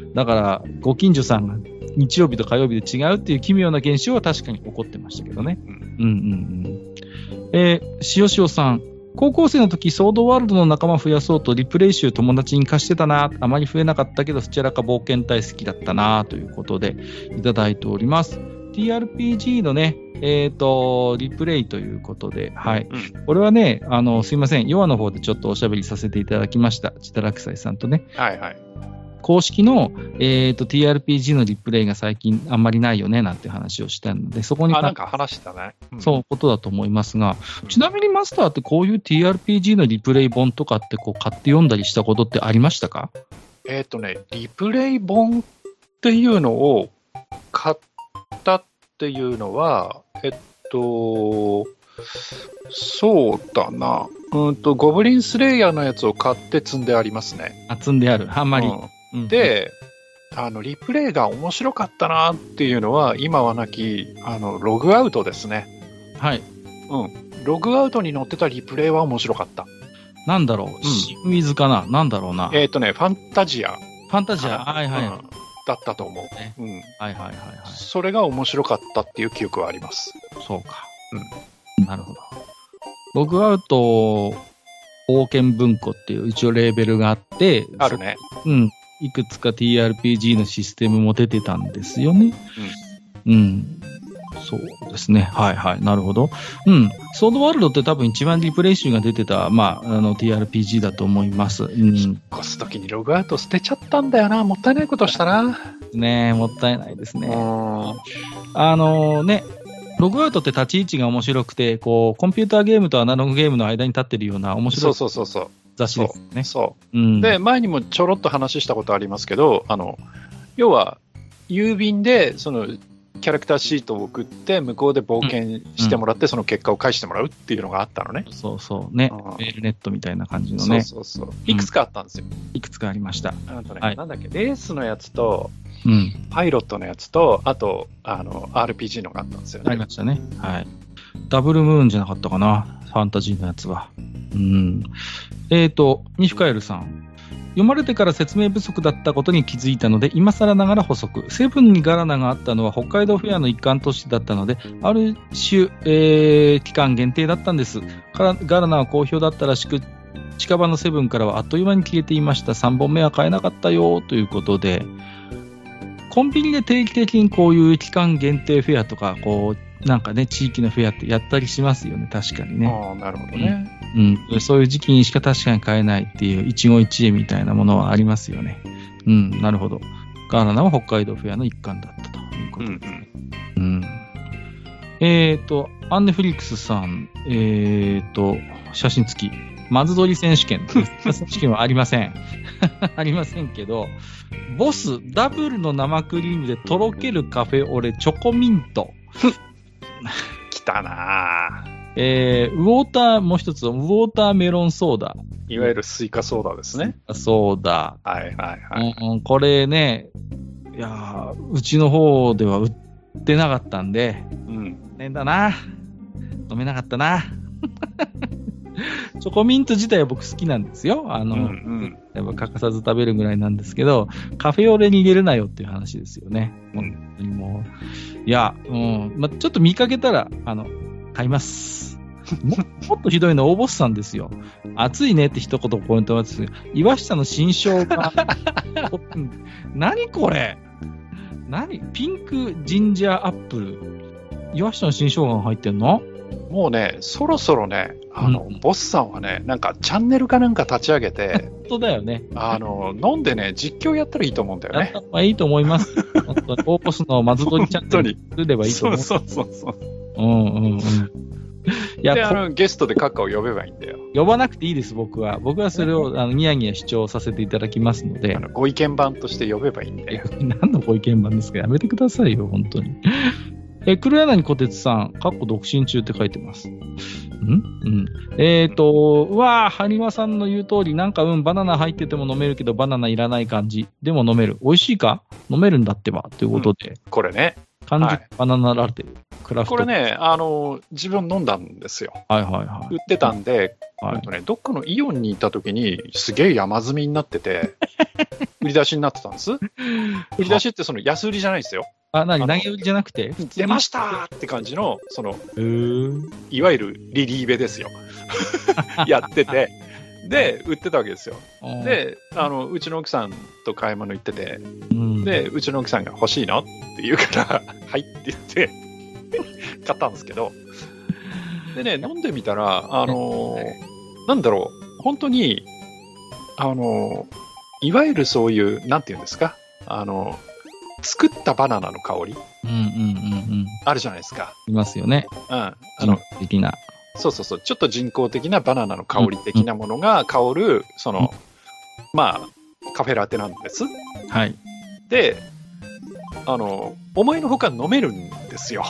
だから、ご近所さんが日曜日と火曜日で違うっていう奇妙な現象は確かに起こってましたけどね。うん、うん、うんうん。えー、塩塩さん。高校生の時、ソードワールドの仲間増やそうとリプレイ集友達に貸してたな。あまり増えなかったけど、そちらか冒険大好きだったな、ということでいただいております。ティーアールピージー のね、えっと、リプレイということで、はい。うん、これはね、あの、すいません。ヨアの方でちょっとおしゃべりさせていただきました。ジタラクサイさんとね。 はいはい。 公式の、えーと、ティーアールピージー のリプレイが最近あんまりないよねなんて話をしたので、そこにあなんか話したね、 うん、そうことだと思いますが、うん、ちなみにマスターってこういう ティーアールピージー のリプレイ本とかってこう買って読んだりしたことってありましたか？ えっとね、リプレイ本っていうのを買ったっていうのは、えっと、そうだな、うんと、ゴブリンスレイヤーのやつを買って積んでありますね。 あ、積んである。あんまり。うんで、あの、リプレイが面白かったなっていうのは、今はなき、あの、ログアウトですね。 はい。 うん。ログアウトに載ってたリプレイは面白かった。 なんだろう、うん、シンウィズかななんだろうな。 えっ、ー、とね、ファンタジア。 ファンタジア、はいはい、うん。 だったと思う。 ね、うん。はいはいはいはい。 それが面白かったっていう記憶はあります。 そうか。うん。なるほど。ログアウト、冒険文庫っていう一応レーベルがあって、 あるね。 うん。いくつか ティーアールピージー のシステムも出てたんですよね。うん。うん。そうですね。はいはい。なるほど。うん。ソードワールドって多分一番リプレイ集が出てた、まあ、あの ティーアールピージー だと思います。うん。 引っ越すときにログアウト捨てちゃったんだよな。もったいないことしたな。 ねえ、もったいないですね。あのね、ログアウトって立ち位置が面白くて、こう、コンピューターゲームとアナログゲームの間に立ってるような面白い。 そうそうそうそう。 雑誌ですね。 そう。うん、で、前にもちょろっと話したことありますけど、あの、要は、郵便で、その、キャラクターシートを送って、向こうで冒険してもらって、うん、その結果を返してもらうっていうのがあったのね。 そうそう。ね。メールネットみたいな感じのね。 そうそうそう。いくつかあったんですよ。うん、 いくつかありました。 あとね、 はい、 なんだっけ、レースのやつと、うん、パイロットのやつと、あと、あの、アールピージー のがあったんですよね。 ありましたね。はい。ダブルムーンじゃなかったかな、ファンタジーのやつは。うん。えーと、ミフカエルさん。 読まれてから説明不足だったことに気づいたので、今更ながら補足。セブンにガラナがあったのは北海道フェアの一環としてだったので、ある種、えー、期間限定だったんです。ガラナは好評だったらしく、近場のセブンからはあっという間に消えていました。さんぼんめは買えなかったよということで、コンビニで定期的にこういう期間限定フェアとか、こう、なんかね、地域のフェアってやったりしますよね、確かにね。 ああ、なるほどね。 うんうん、そういう時期にしか確かに買えないっていう一期一会みたいなものはありますよね。うん、なるほど。ガーナナは北海道フェアの一環だったということです。うん、うんうん、えっ、ー、と、アンネフリックスさん、えっ、ー、と、写真付き、マズドリ選手権。選手権はありません。ありませんけど、ボス、ダブルの生クリームでとろけるカフェオレ、チョコミント。 来たなぁ。 えー、ウォーター、もう一つ、ウォーターメロンソーダ。 いわゆるスイカソーダですね。 ソーダ。 はいはいはい。 うん、これね、いやー、うちの方では売ってなかったんで、うん。ねんだな。飲めなかったな。チョコミント自体は僕好きなんですよ。あの、うんうん、やっぱ欠かさず食べるぐらいなんですけど、カフェオレに入れるなよっていう話ですよね。うん、本当にもう。いや、うん、ま、ちょっと見かけたら、あの、買います。も, もっとひどいのは大ボスさんですよ。暑いねって一言ポイントなんですけど、岩下の新生姜。何これ何ピンクジンジャーアップル。岩下の新生姜が入ってんの？ もうね、そろそろね、あの、うん、ボスさんはね、なんかチャンネルかなんか立ち上げて、 本当だよね。 あの、飲んでね、実況やったらいいと思うんだよね。 やったらいいと思います。本当に大ボスのマズドリチャンネルすればいいと思う。 そうそうそうそう。 うんうんうん。 いやであのゲストでカッカを呼べばいいんだよ。 呼ばなくていいです、僕は。僕はそれをあのニヤニヤ主張させていただきますので。 あのご意見番として呼べばいいんだよ。 何のご意見番ですか？やめてくださいよ、本当に。え、黒柳小鉄さん、カッコ独身中って書いてます。んうん。えっ、ー、と、うわぁ、ハニワさんの言う通り、なんかうん、バナナ入ってても飲めるけど、バナナいらない感じ。でも飲める。美味しいか？飲めるんだってば。ということで。うん、 これね。 完熟バナナラテ、はい、クラフト。 これね、あの、自分飲んだんですよ。 はいはいはい。 売ってたんで、はいとね、どっかのイオンに行った時に、すげえ山積みになってて、売り出しになってたんです。売り出しってその安売りじゃないですよ。 あ、なに、投げ売りじゃなくて出ましたって感じの、その、いわゆるリリーベですよ。やってて。で、売ってたわけですよ。で、あの、うちの奥さんと買い物行ってて、うん、で、うちの奥さんが欲しいのって言うから、はいって言って、買ったんですけど、でね、飲んでみたら、あのー、なんだろう、本当に、あのー、いわゆるそういう、なんていうんですか、あのー、作ったバナナの香り、うんうんうんうん、あるじゃないですか。 いますよね。 うん。あの、 的な。 そうそうそう、ちょっと人工的なバナナの香り的なものが香る、その、まあ、カフェラテなんです。 はい。 で、あの、思いのほか飲めるんですよ。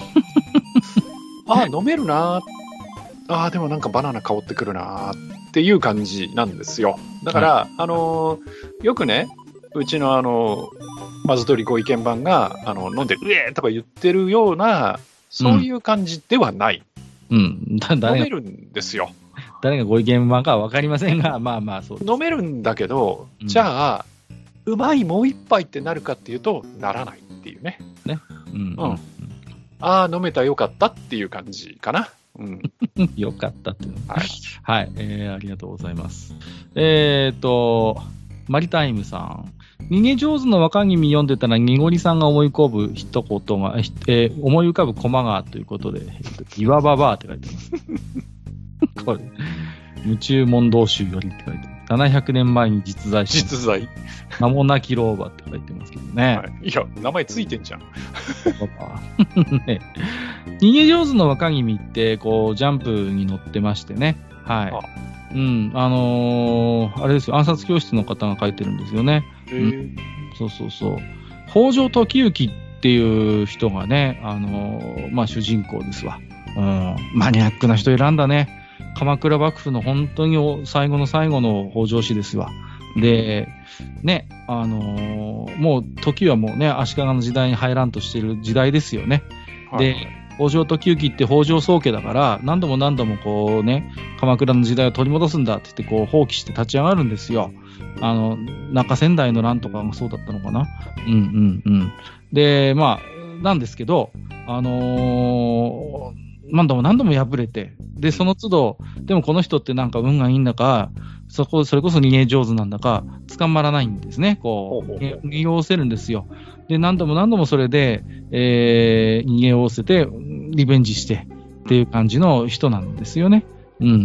ああ、飲めるなああ、でもなんかバナナ香ってくるなっていう感じなんですよ。だから、はい、あの、よくね、うちのあの、マズドリご意見番が、あの、飲んで、うえーとか言ってるような、そういう感じではない。 うん。だ誰飲めるんですよ。 誰がご意見番かは分かりませんが、まあまあそうです。 飲めるんだけど、じゃあ、うん、うまいもう一杯ってなるかっていうと、ならないっていうね。 ね。うん。うん。 うん、ああ、飲めたよかったっていう感じかな。うん。 よかったっていうの。はい。はい。えー、ありがとうございます。えーと、マリタイムさん。逃げ上手の若君読んでたら、にごりさんが思い浮かぶ一言が、えー、思い浮かぶ駒がということで、岩場ばーって書いてます。これ、夢中問答集よりって書いてます。ななひゃくねんまえに実在し実在名もなき老婆って書いてますけどね。 はい、いや、名前ついてんじゃん。 ね、逃げ上手の若君って、こう、ジャンプに乗ってましてね。はい。あうん、あのー、あれですよ、暗殺教室の方が書いてるんですよね。うん、そうそうそう。北条時行っていう人がね、あのー、まあ、主人公ですわ。うん。マニアックな人選んだね。鎌倉幕府の本当に最後の最後の北条氏ですわ。で、ね、あのー、もう時はもうね、足利の時代に入らんとしている時代ですよね。はい、で、 北条時行って北条宗家だから、何度も何度もこうね、鎌倉の時代を取り戻すんだって言ってこう放棄して立ち上がるんですよ。あの、中仙台の乱とかがそうだったのかな。うんうんうん。で、まあ、なんですけど、あのー、何度も何度も敗れて、で、その都度、でもこの人ってなんか運がいいんだか、そこ、それこそ逃げ上手なんだか、捕まらないんですね。こう、 ほうほうほう逃げおおせるんですよ。で、何度も何度もそれで、えー、逃げおおせて、リベンジしてっていう感じの人なんですよね。うんうんうん。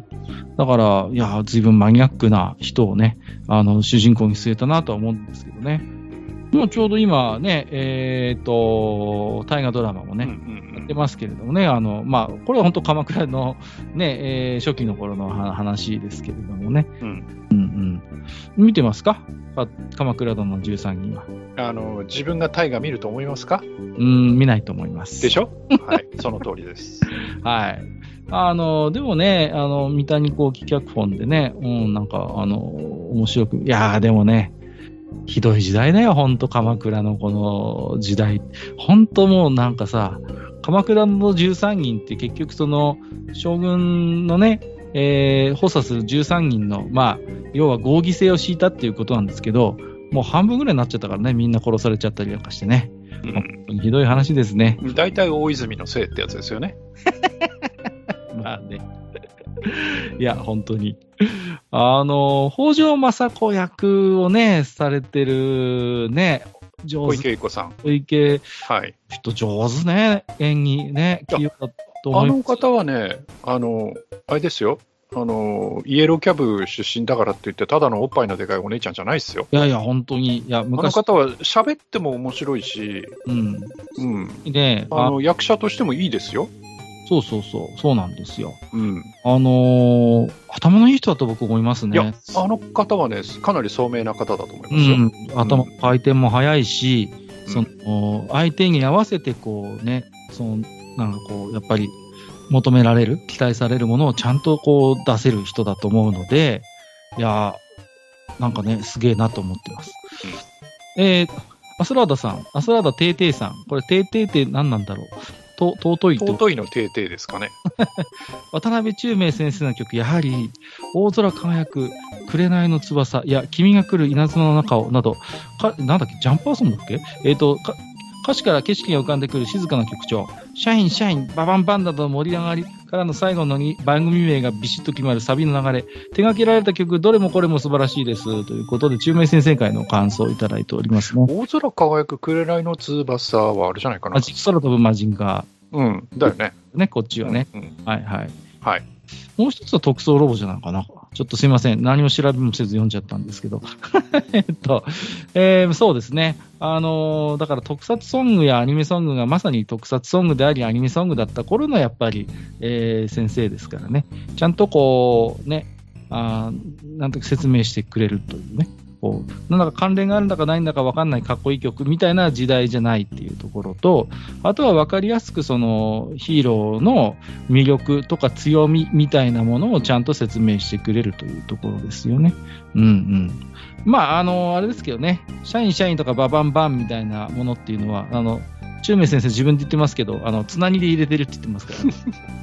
だから、いや、随分マニアックな人をね、あの、主人公に据えたなとは思うんですけどね。もうちょうど今ね、えっと、大河ドラマもね、 うんうんうんやってますけれどもね、あの、まあ、これは本当鎌倉のね、えー初期の頃のは話ですけれどもね。 うんうんうん。見てますか？か鎌倉殿のじゅうさんにんは。 あの自分が大河見ると思いますか？ うん、見ないと思います。 でしょはい、その通りです。 はい。あの、でもね、あの、三谷幸喜脚本でね、うん、なんか、あの、面白く、いやー、でもね、ひどい時代だよ、ほんと、鎌倉のこの時代。ほんともうなんかさ、鎌倉のじゅうさんにんって結局その、将軍のね、えー補佐するじゅうさんにんの、まあ、要は合議制を敷いたっていうことなんですけど、もう半分ぐらいになっちゃったからね、みんな殺されちゃったりなんかしてね。 うん本当にひどい話ですね。 大体大泉のせいってやつですよね。 まあね。いや、本当に。あの、北条政子役をね、されてるね、上手。 小池栄子さん。 小池、 はい。 人上手ね、演技ね、 いや器用だとあ思います。 の方はね、あの、あれですよ。あの、イエローキャブ出身だからって言って、ただのおっぱいのでかいお姉ちゃんじゃないですよ。 いやいや、本当に。いや、 あの昔、 方は喋っても面白いし、 うん。 うん。 ね、ああの、役者としてもいいですよ。 そうそうそう、そうなんですよ。 うん。 あのー頭のいい人だと僕思いますね。 いや、あの方はね、かなり聡明な方だと思いますよ。 うん、頭、回転も速いし、 うんその、相手に合わせてこうね、その、なんかこう、やっぱり求められる、期待されるものをちゃんとこう出せる人だと思うので、いやー、なんかね、すげえなと思ってます。えー、アスラーダさん、アスラーダテーテーさん、これテーテーって何なんだろうと尊いと。 尊いの定々ですかね。 渡辺中明先生の曲、やはり、大空輝く、紅の翼、いや、君が来る稲妻の中を、など、か、なんだっけ、ジャンパーソンだっけえっ、と、か歌詞から景色が浮かんでくる静かな曲調、シャイン、シャイン、ババンバンなどの盛り上がりからの最後のに番組名がビシッと決まるサビの流れ、手掛けられた曲、どれもこれも素晴らしいです。ということで、中明先生会の感想をいただいておりますね。 大空輝く紅の翼はあれじゃないかなマ。ジ空飛ぶマジンガうん、だよね。 ー、ね、こっちはね。 うんうんはいはい。 はい。 もう一つは特捜ロボじゃないかな。ちょっとすいません。何も調べもせず読んじゃったんですけど。えっと、えーそうですね。あのーだから特撮ソングやアニメソングがまさに特撮ソングでありアニメソングだった頃のやっぱり、えー先生ですからね。ちゃんとこう、ね、あーなんとか説明してくれるというね。こうなんだか関連があるんだかないんだか分かんないかっこいい曲みたいな時代じゃないっていうところと、あとは分かりやすくそのヒーローの魅力とか強みみたいなものをちゃんと説明してくれるというところですよね。うんうん。まあ、あの、あれですけどね、シャインシャインとかババンバンみたいなものっていうのは、あの、中明先生自分で言ってますけど、あの、つなぎで入れてるって言ってますからね。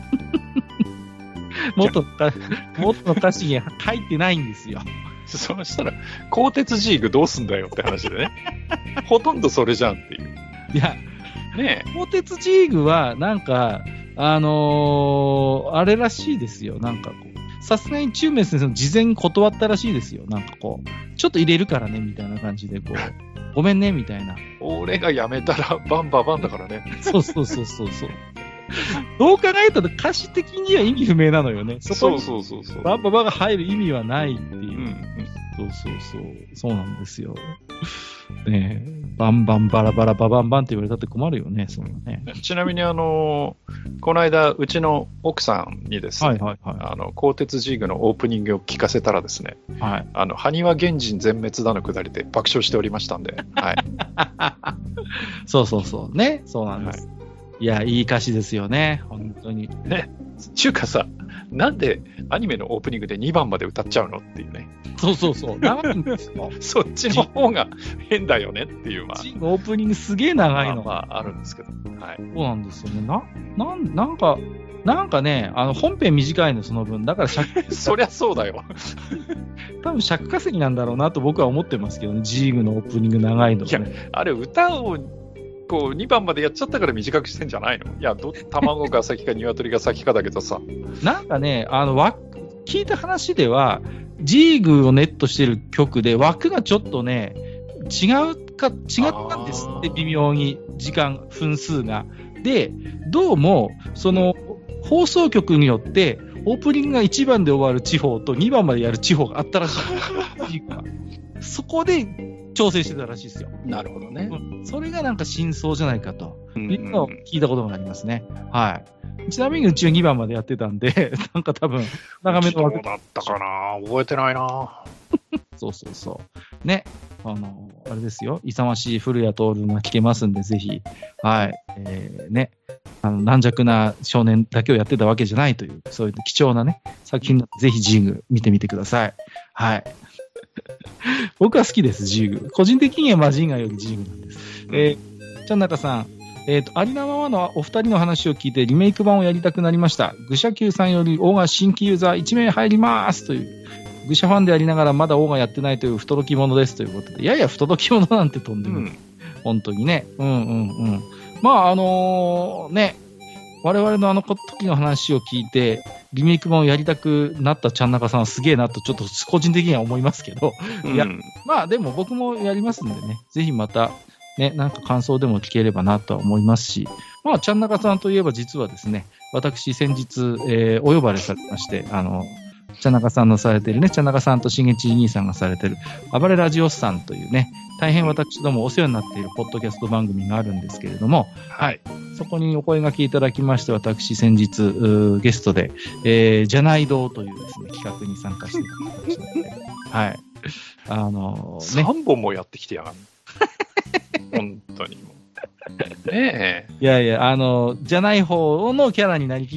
元の歌元の歌詞に書いてないんですよ。 そしたら、鋼鉄ジーグどうすんだよって話でね。ほとんどそれじゃんっていう。 いや、 ね鋼鉄ジーグは、なんか、あのーあれらしいですよ。なんかこう、さすがに中明先生の事前に断ったらしいですよ。なんかこう、ちょっと入れるからね、みたいな感じで、こう、ごめんね、みたいな。 え、俺が辞めたらバンババンだからね。 そうそうそうそうそう。どう考えたら歌詞的には意味不明なのよね。そこそうにそうそうそう。 バンババが入る意味はないっていう。 うんうんそうそうそう。そうなんですよ。ねえ、バンバンバラバラババンバンって言われたって困るよね、そのね。 ちなみに、あのーこの間、うちの奥さんにですね、 はいはいはあの鋼鉄ジーグのオープニングを聞かせたらですね、 い。はい。 あの埴輪原人全滅だのくだりで爆笑しておりましたんで、はい、 そうそうそう。ね。そうなんです。い、や、いい歌詞ですよね。本当に。 ね、ちゅうかさ、 なんでアニメのオープニングでにばんまで歌っちゃうのっていうね。 そうそうそう。長いんですよ。 そっちの方が変だよねっていう、まあ。 ジンオープニングすげえ長いの。 まあ、まあ、あるんですけど。はい。 そうなんですよね。な、なん、なんか、なんかね、あの、本編短いの、その分。だから尺、 そりゃそうだよ。 多分尺稼ぎなんだろうなと僕は思ってますけどね。ジーグのオープニング長いの、ね。 いや、あれ歌を、こうにばんまでやっちゃったから短くしてんじゃないの？いや、ど卵が先か鶏が先かだけどさ。 なんかね、あの、わ、聞いた話では、ジーグをネットしてる曲で枠がちょっとね、違うか、違ったんですって、微妙に時間、分数が。で、どうも、その、放送局によって、オープニングがいちばんで終わる地方とにばんまでやる地方があったらしい。そこで調整してたらしいですよ。 なるほどね。 うん、それがなんか真相じゃないかというのを聞いたことがありますね。はい。ちなみにうちはにばんまでやってたんで、なんか多分、長めの枠だったかな、覚えてないな。 そうそうそう。ね。あの、あれですよ。勇ましい古谷徹が聞けますんで、ぜひ、はい。えー、ね。あの、軟弱な少年だけをやってたわけじゃないという、そういう貴重なね、作品、ぜひジーグ見てみてください。はい。僕は好きです、ジーグ。個人的にはマジンガーよりジーグなんです。えー、ちゃんなかさん。えっ、ー、と、ありのままのお二人の話を聞いてリメイク版をやりたくなりました。愚者級さんよりオーガ新規ユーザーいち名入りますという。愚者ファンでありながらまだオーガやってないという不届き者ですということで。いやいや、不届き者なんてとんでもない。うん、本当にね。うんうんうん。まあ、あのー、ね。我々のあの時の話を聞いて、リメイク版をやりたくなったちゃんなかさんはすげえなと、ちょっと個人的には思いますけど。うん、いや、まあでも僕もやりますんでね。ぜひまた、ね、なんか感想でも聞ければなとは思いますし、まあ、ちゃんなかさんといえば実はですね、私先日、えー、お呼ばれされまして、あの、ちゃんなかさんのされているね、ちゃんなかさんとしげち兄さんがされている、暴れラジオスさんというね、大変私どもお世話になっているポッドキャスト番組があるんですけれども、はい。そこにお声掛けいただきまして、私先日、ゲストで、えー、じゃないどうというですね、企画に参加していただきましたので、はい。あのー、ね。 さんぼんもやってきてやがる。本当にもう。ねえ。 いやいや、あの、じゃない方のキャラになりきって、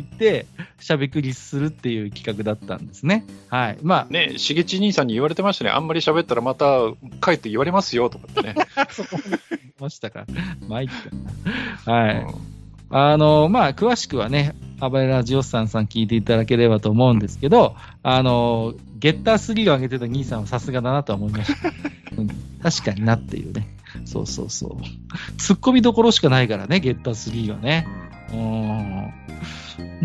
しゃべくりするっていう企画だったんですね。はい。まあ。 ねえ、しげち兄さんに言われてましたね。あんまり喋ったらまた帰って言われますよ、とかってね。 そこまで言いましたか。まあいいかな。はい。うん、あの、まあ、詳しくはね、暴れラジオスさんさん聞いていただければと思うんですけど、あの、ゲッタースリーを上げてた兄さんはさすがだなとは思いました。うん、確かになっていうね。そうそうそう。突っ込みどころしかないからね、ゲッタースリーはね。うん。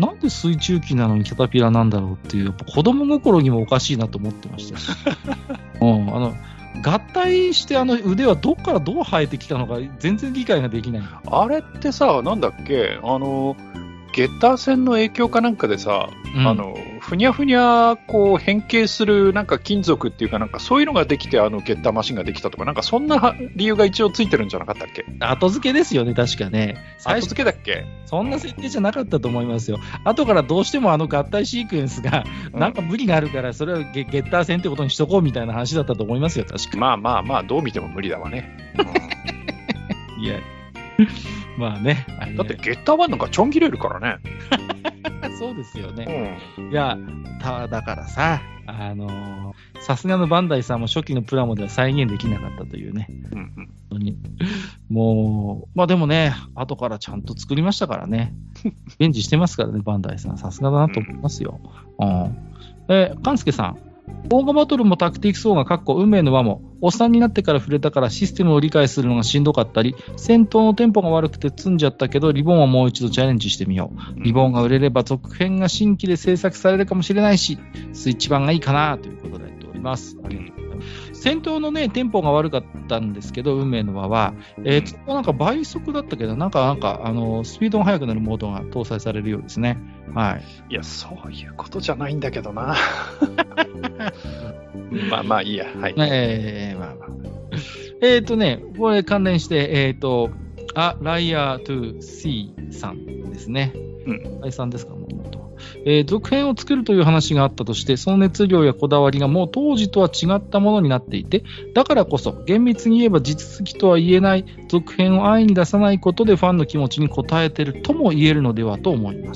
なんで水中機なのにキャタピラなんだろうっていう、やっぱ子供心にもおかしいなと思ってましたし。うん。あの、合体してあの腕はどっからどう生えてきたのか全然理解ができない。 あれってさ、なんだっけ、あの、ゲッター線の影響かなんかでさ、うん、あの、ふにゃふにゃ、こう、変形する、なんか金属っていうかなんかそういうのができて、あの、ゲッターマシンができたとか、なんかそんな理由が一応ついてるんじゃなかったっけ？ 後付けですよね、確かね。 後付けだっけ？ そんな設定じゃなかったと思いますよ。後からどうしてもあの合体シークエンスが、なんか無理があるから、それはゲゲッター線ってことにしとこうみたいな話だったと思いますよ、確か。 まあまあまあ、どう見ても無理だわね。 うん、いや。まあね。 だってゲッターワンなんかちょん切れるからね。 そうですよね。うん、いや、ただからさ、あのー、さすがのバンダイさんも初期のプラモでは再現できなかったというね。うんうん、本当にもう、まあでもね、後からちゃんと作りましたからね。返事してますからね、バンダイさん。さすがだなと思いますよ。うん。えー、カンスケさん。オーガバトルもタクティクスオーガかっこ運命の輪もおっさんになってから触れたからシステムを理解するのがしんどかったり戦闘のテンポが悪くて積んじゃったけどリボンはもう一度チャレンジしてみよう。リボンが売れれば続編が新規で制作されるかもしれないしスイッチ版がいいかなということでやっております。ありがとうございます。戦闘のねテンポが悪かったんですけど運命の輪は、えー、なんか倍速だったけどなんかなんかあのスピードが速くなるモードが搭載されるようですね。はい。 いやそういうことじゃないんだけどな。まあまあいいや。はい。 えー、まあまあ。えっ、ー、とね、これ関連して、えっ、ー、と、A Liar to See さんですね。うん。第さんですか、もうと。えー、続編を作るという話があったとして、その熱量やこだわりがもう当時とは違ったものになっていて、だからこそ、厳密に言えば実好きとは言えない続編を安易に出さないことでファンの気持ちに応えているとも言えるのではと思います。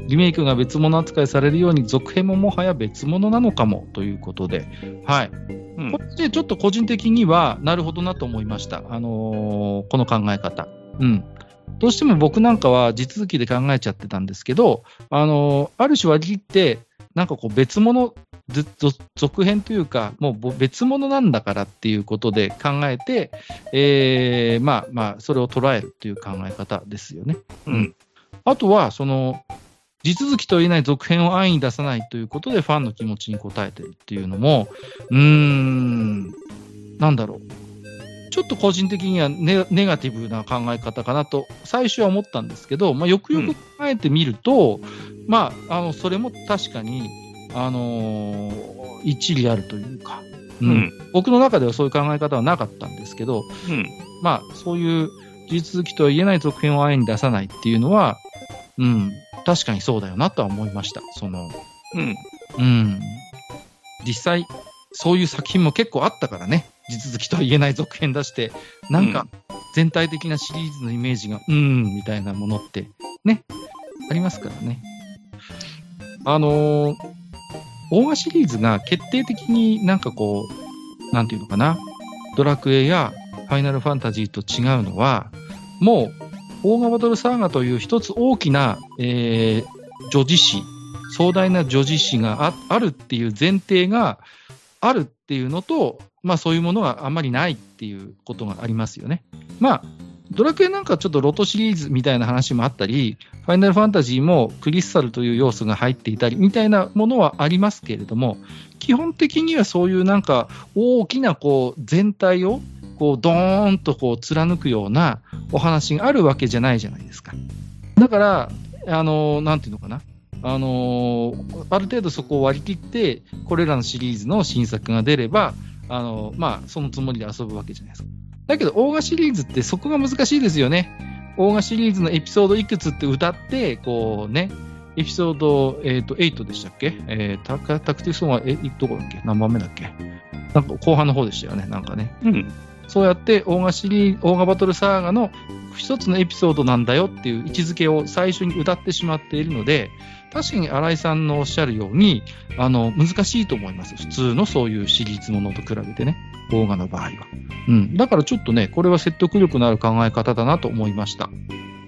リメイクが別物扱いされるように続編ももはや別物なのかもということで、はい。うん、こっちでちょっと個人的にはなるほどなと思いました。あのー、この考え方。うん。どうしても僕なんかは地続きで考えちゃってたんですけど、あのー、ある種割り切って、なんかこう別物、続編というか、もう別物なんだからっていうことで考えて、えー、まあまあ、それを捉えるという考え方ですよね。うん。あとは、その、地続きと言えない続編を安易に出さないということでファンの気持ちに応えてるっていうのも、うーん、なんだろう。ちょっと個人的には ネ, ネガティブな考え方かなと最初は思ったんですけど、まあ、よくよく考えてみると、うん、まあ、あの、それも確かに、あのー、一理あるというか、うんうん、僕の中ではそういう考え方はなかったんですけど、うん、まあ、そういう地続きとは言えない続編を安易に出さないっていうのは、うん、確かにそうだよなとは思いました。その、うん。うん。実際、そういう作品も結構あったからね。地続きとは言えない続編出して、なんか全体的なシリーズのイメージが、うーん、みたいなものって、ね、ありますからね。あのー、オーガシリーズが決定的になんかこう、なんていうのかな、ドラクエやファイナルファンタジーと違うのは、もう、オーガバトルサーガという一つ大きな、えー、叙事詩、壮大な叙事詩が あ, あるっていう前提があるっていうのと、まあそういうものがあんまりないっていうことがありますよね。まあ、ドラクエなんかちょっとロトシリーズみたいな話もあったり、ファイナルファンタジーもクリスタルという要素が入っていたりみたいなものはありますけれども、基本的にはそういうなんか大きなこう全体をこうドーンとこう貫くようなお話があるわけじゃないじゃないですか。だから、あの、なんていうのかな。あの、ある程度そこを割り切って、これらのシリーズの新作が出れば、あの、まあ、そのつもりで遊ぶわけじゃないですか。だけど、オーガシリーズってそこが難しいですよね。オーガシリーズのエピソードいくつって歌って、こうね、エピソード、えっと、はちでしたっけえー、タク、タクティクスオンは、え、どこだっけ何番目だっけなんか後半の方でしたよね、なんかね。うん。そうやって、オーガシリーズ、オーガバトルサーガの一つのエピソードなんだよっていう位置づけを最初に歌ってしまっているので、確かに新井さんのおっしゃるように、あの、難しいと思います。普通のそういうシリーズものと比べてね、オーガの場合は。うん。だからちょっとね、これは説得力のある考え方だなと思いました。はい。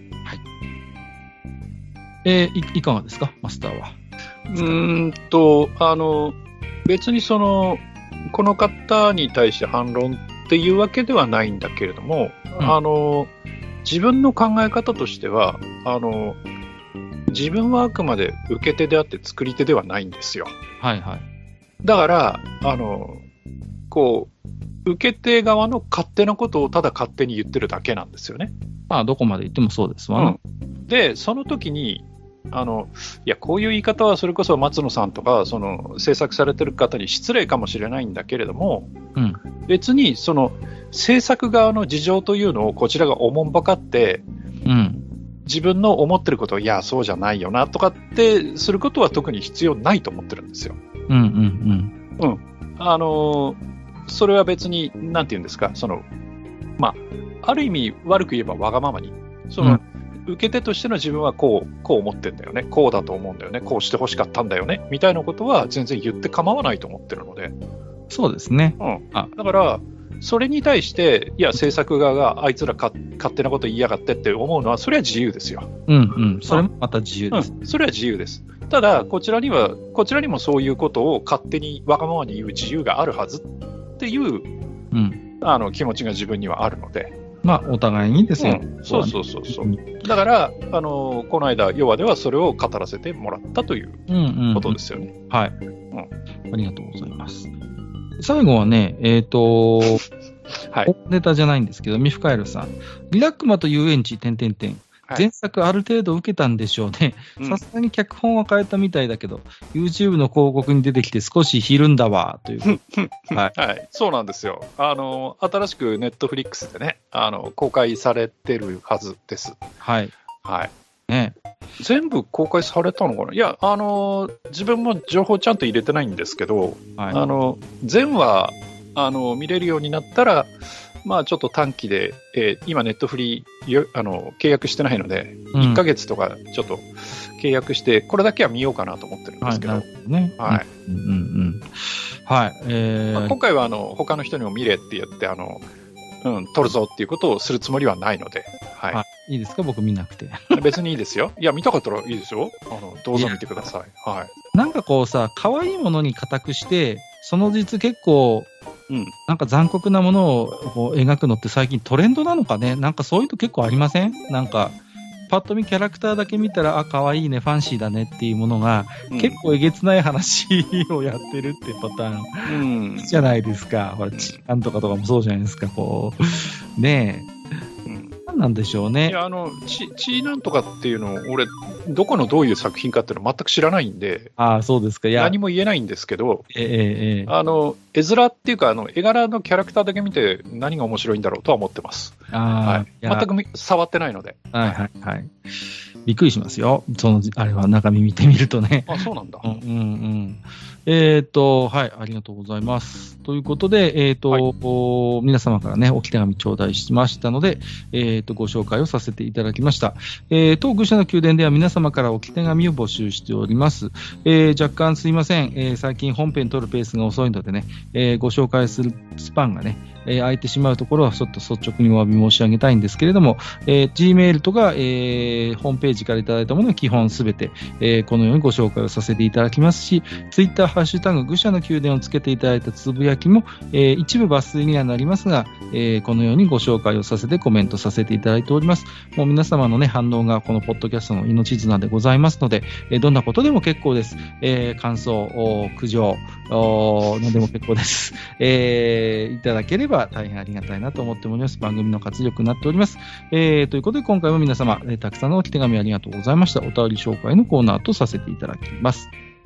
えー、い, いかがですか、マスターは。 うーんと、あの、別にその、この方に対して反論っていうわけではないんだけれども、うん、あの、自分の考え方としては、あの、自分はあくまで受け手であって作り手ではないんですよ。 はいはい。 だから、あの、こう、受け手側の勝手なことをただ勝手に言ってるだけなんですよね。 まあ、どこまで言ってもそうですわね。 うん、で、その時に、あの、いや、こういう言い方はそれこそ松野さんとか、その、制作されてる方に失礼かもしれないんだけれども、うん、別に、その、制作側の事情というのをこちらがおもんばかって、うん、自分の思ってることを、いや、そうじゃないよな、とかってすることは特に必要ないと思ってるんですよ。 うんうんうん。 うん。あの、それは別に、なんて言うんですか、その、まあ、ある意味悪く言えばわがままに、その、うん受け手としての自分はこう、こう思ってんだよね。こうだと思うんだよね。こうしてほしかったんだよね。みたいなことは全然言って構わないと思ってるので。 そうですね。 うん。あだから、それに対して、いや、制作側があいつらか勝手なこと言いやがってって思うのは、それは自由ですよ。 うんうん。それもまた自由です。 うん。それは自由です。ただ、こちらには、こちらにもそういうことを勝手にわがままに言う自由があるはずっていう、うん、あの気持ちが自分にはあるので。 まあ、お互いにですよ、 うん。そうそうそうそう。だから、あの、この間、要はではそれを語らせてもらったということですよね。 うんうんうん、はい、うん。ありがとうございます。最後はね、えっ、ー、と、はい、ネタじゃないんですけど、ミフカエルさん。リラックマと遊園地、点々点。前作ある程度受けたんでしょうね。さすがに脚本は変えたみたいだけど、YouTube の広告に出てきて少しひるんだわ、という。 はい、はい。そうなんですよ。あの、新しく Netflix でね、あの、公開されてるはずです。 はい。 はい。 ね。 全部公開されたのかないや、あの、自分も情報ちゃんと入れてないんですけど、はい、あの、全話、あの、見れるようになったら、まあちょっと短期で、えー、今ネットフリーあの契約してないので、うん、いっかげつとかちょっと契約して、これだけは見ようかなと思ってるんですけど。はい。 ね、 はい。 うんうんうん。はい。えーまあ、今回は、あの、他の人にも見れって言って、あの、うん、撮るぞっていうことをするつもりはないので。はい。 はい、いいですか、僕見なくて。 別にいいですよ。いや、見たかったらいいですよ。あの、どうぞ見てください。はい。 なんかこうさ、可愛いものに固くして、その実結構、うん、なんか残酷なものをこう描くのって最近トレンドなのかね。なんかそういうの結構ありません？なんか、パッと見キャラクターだけ見たら、あ、可愛いね、ファンシーだねっていうものが、うん、結構えげつない話をやってるってパターン、うん、じゃないですか。ほら、チーンとかとかもそうじゃないですか、こう。ねえ。何なんでしょうね。 いや、あの、チ、チーなんとかっていうのを、俺、どこのどういう作品かっていうの全く知らないんで、 ああ、そうですか。いや、 何も言えないんですけど、 ええええ、 あの、絵面っていうか、あの、絵柄のキャラクターだけ見て何が面白いんだろうとは思ってます。 あ、 はい、全く触ってないので。 はいはいはい。びっくりしますよ。その、あれは中身見てみるとね。 あ、そうなんだ。 うんうんうん。えっ、ー、と、はい、ありがとうございます。ということで、えっ、ー、と、はい、皆様からね、お手紙頂戴しましたので、えっ、ー、と、ご紹介をさせていただきました。えー、当愚者の宮殿では皆様からお手紙を募集しております。えー、若干すいません、えー、最近本編撮るペースが遅いのでね、えー、ご紹介するスパンがね、えー、空いてしまうところはちょっと率直にお詫び申し上げたいんですけれども、えー、Gmail とか、えー、ホームページからいただいたものは基本すべて、えー、このようにご紹介をさせていただきますし、Twitter ハッシュタグ愚者の宮殿をつけていただいたつぶやきも、えー、一部抜粋にはなりますが、えー、このようにご紹介をさせてコメントさせていただいております。もう皆様のね、反応がこのポッドキャストの命綱でございますので、えー、どんなことでも結構です。えー、感想、苦情、何でも結構です。えー、いただければ大変ありがたいなと思っております。番組の活力になっております。えー、ということで今回も皆様、えー、たくさんのお手紙ありがとうございました。お便り紹介のコーナーとさせていただきます。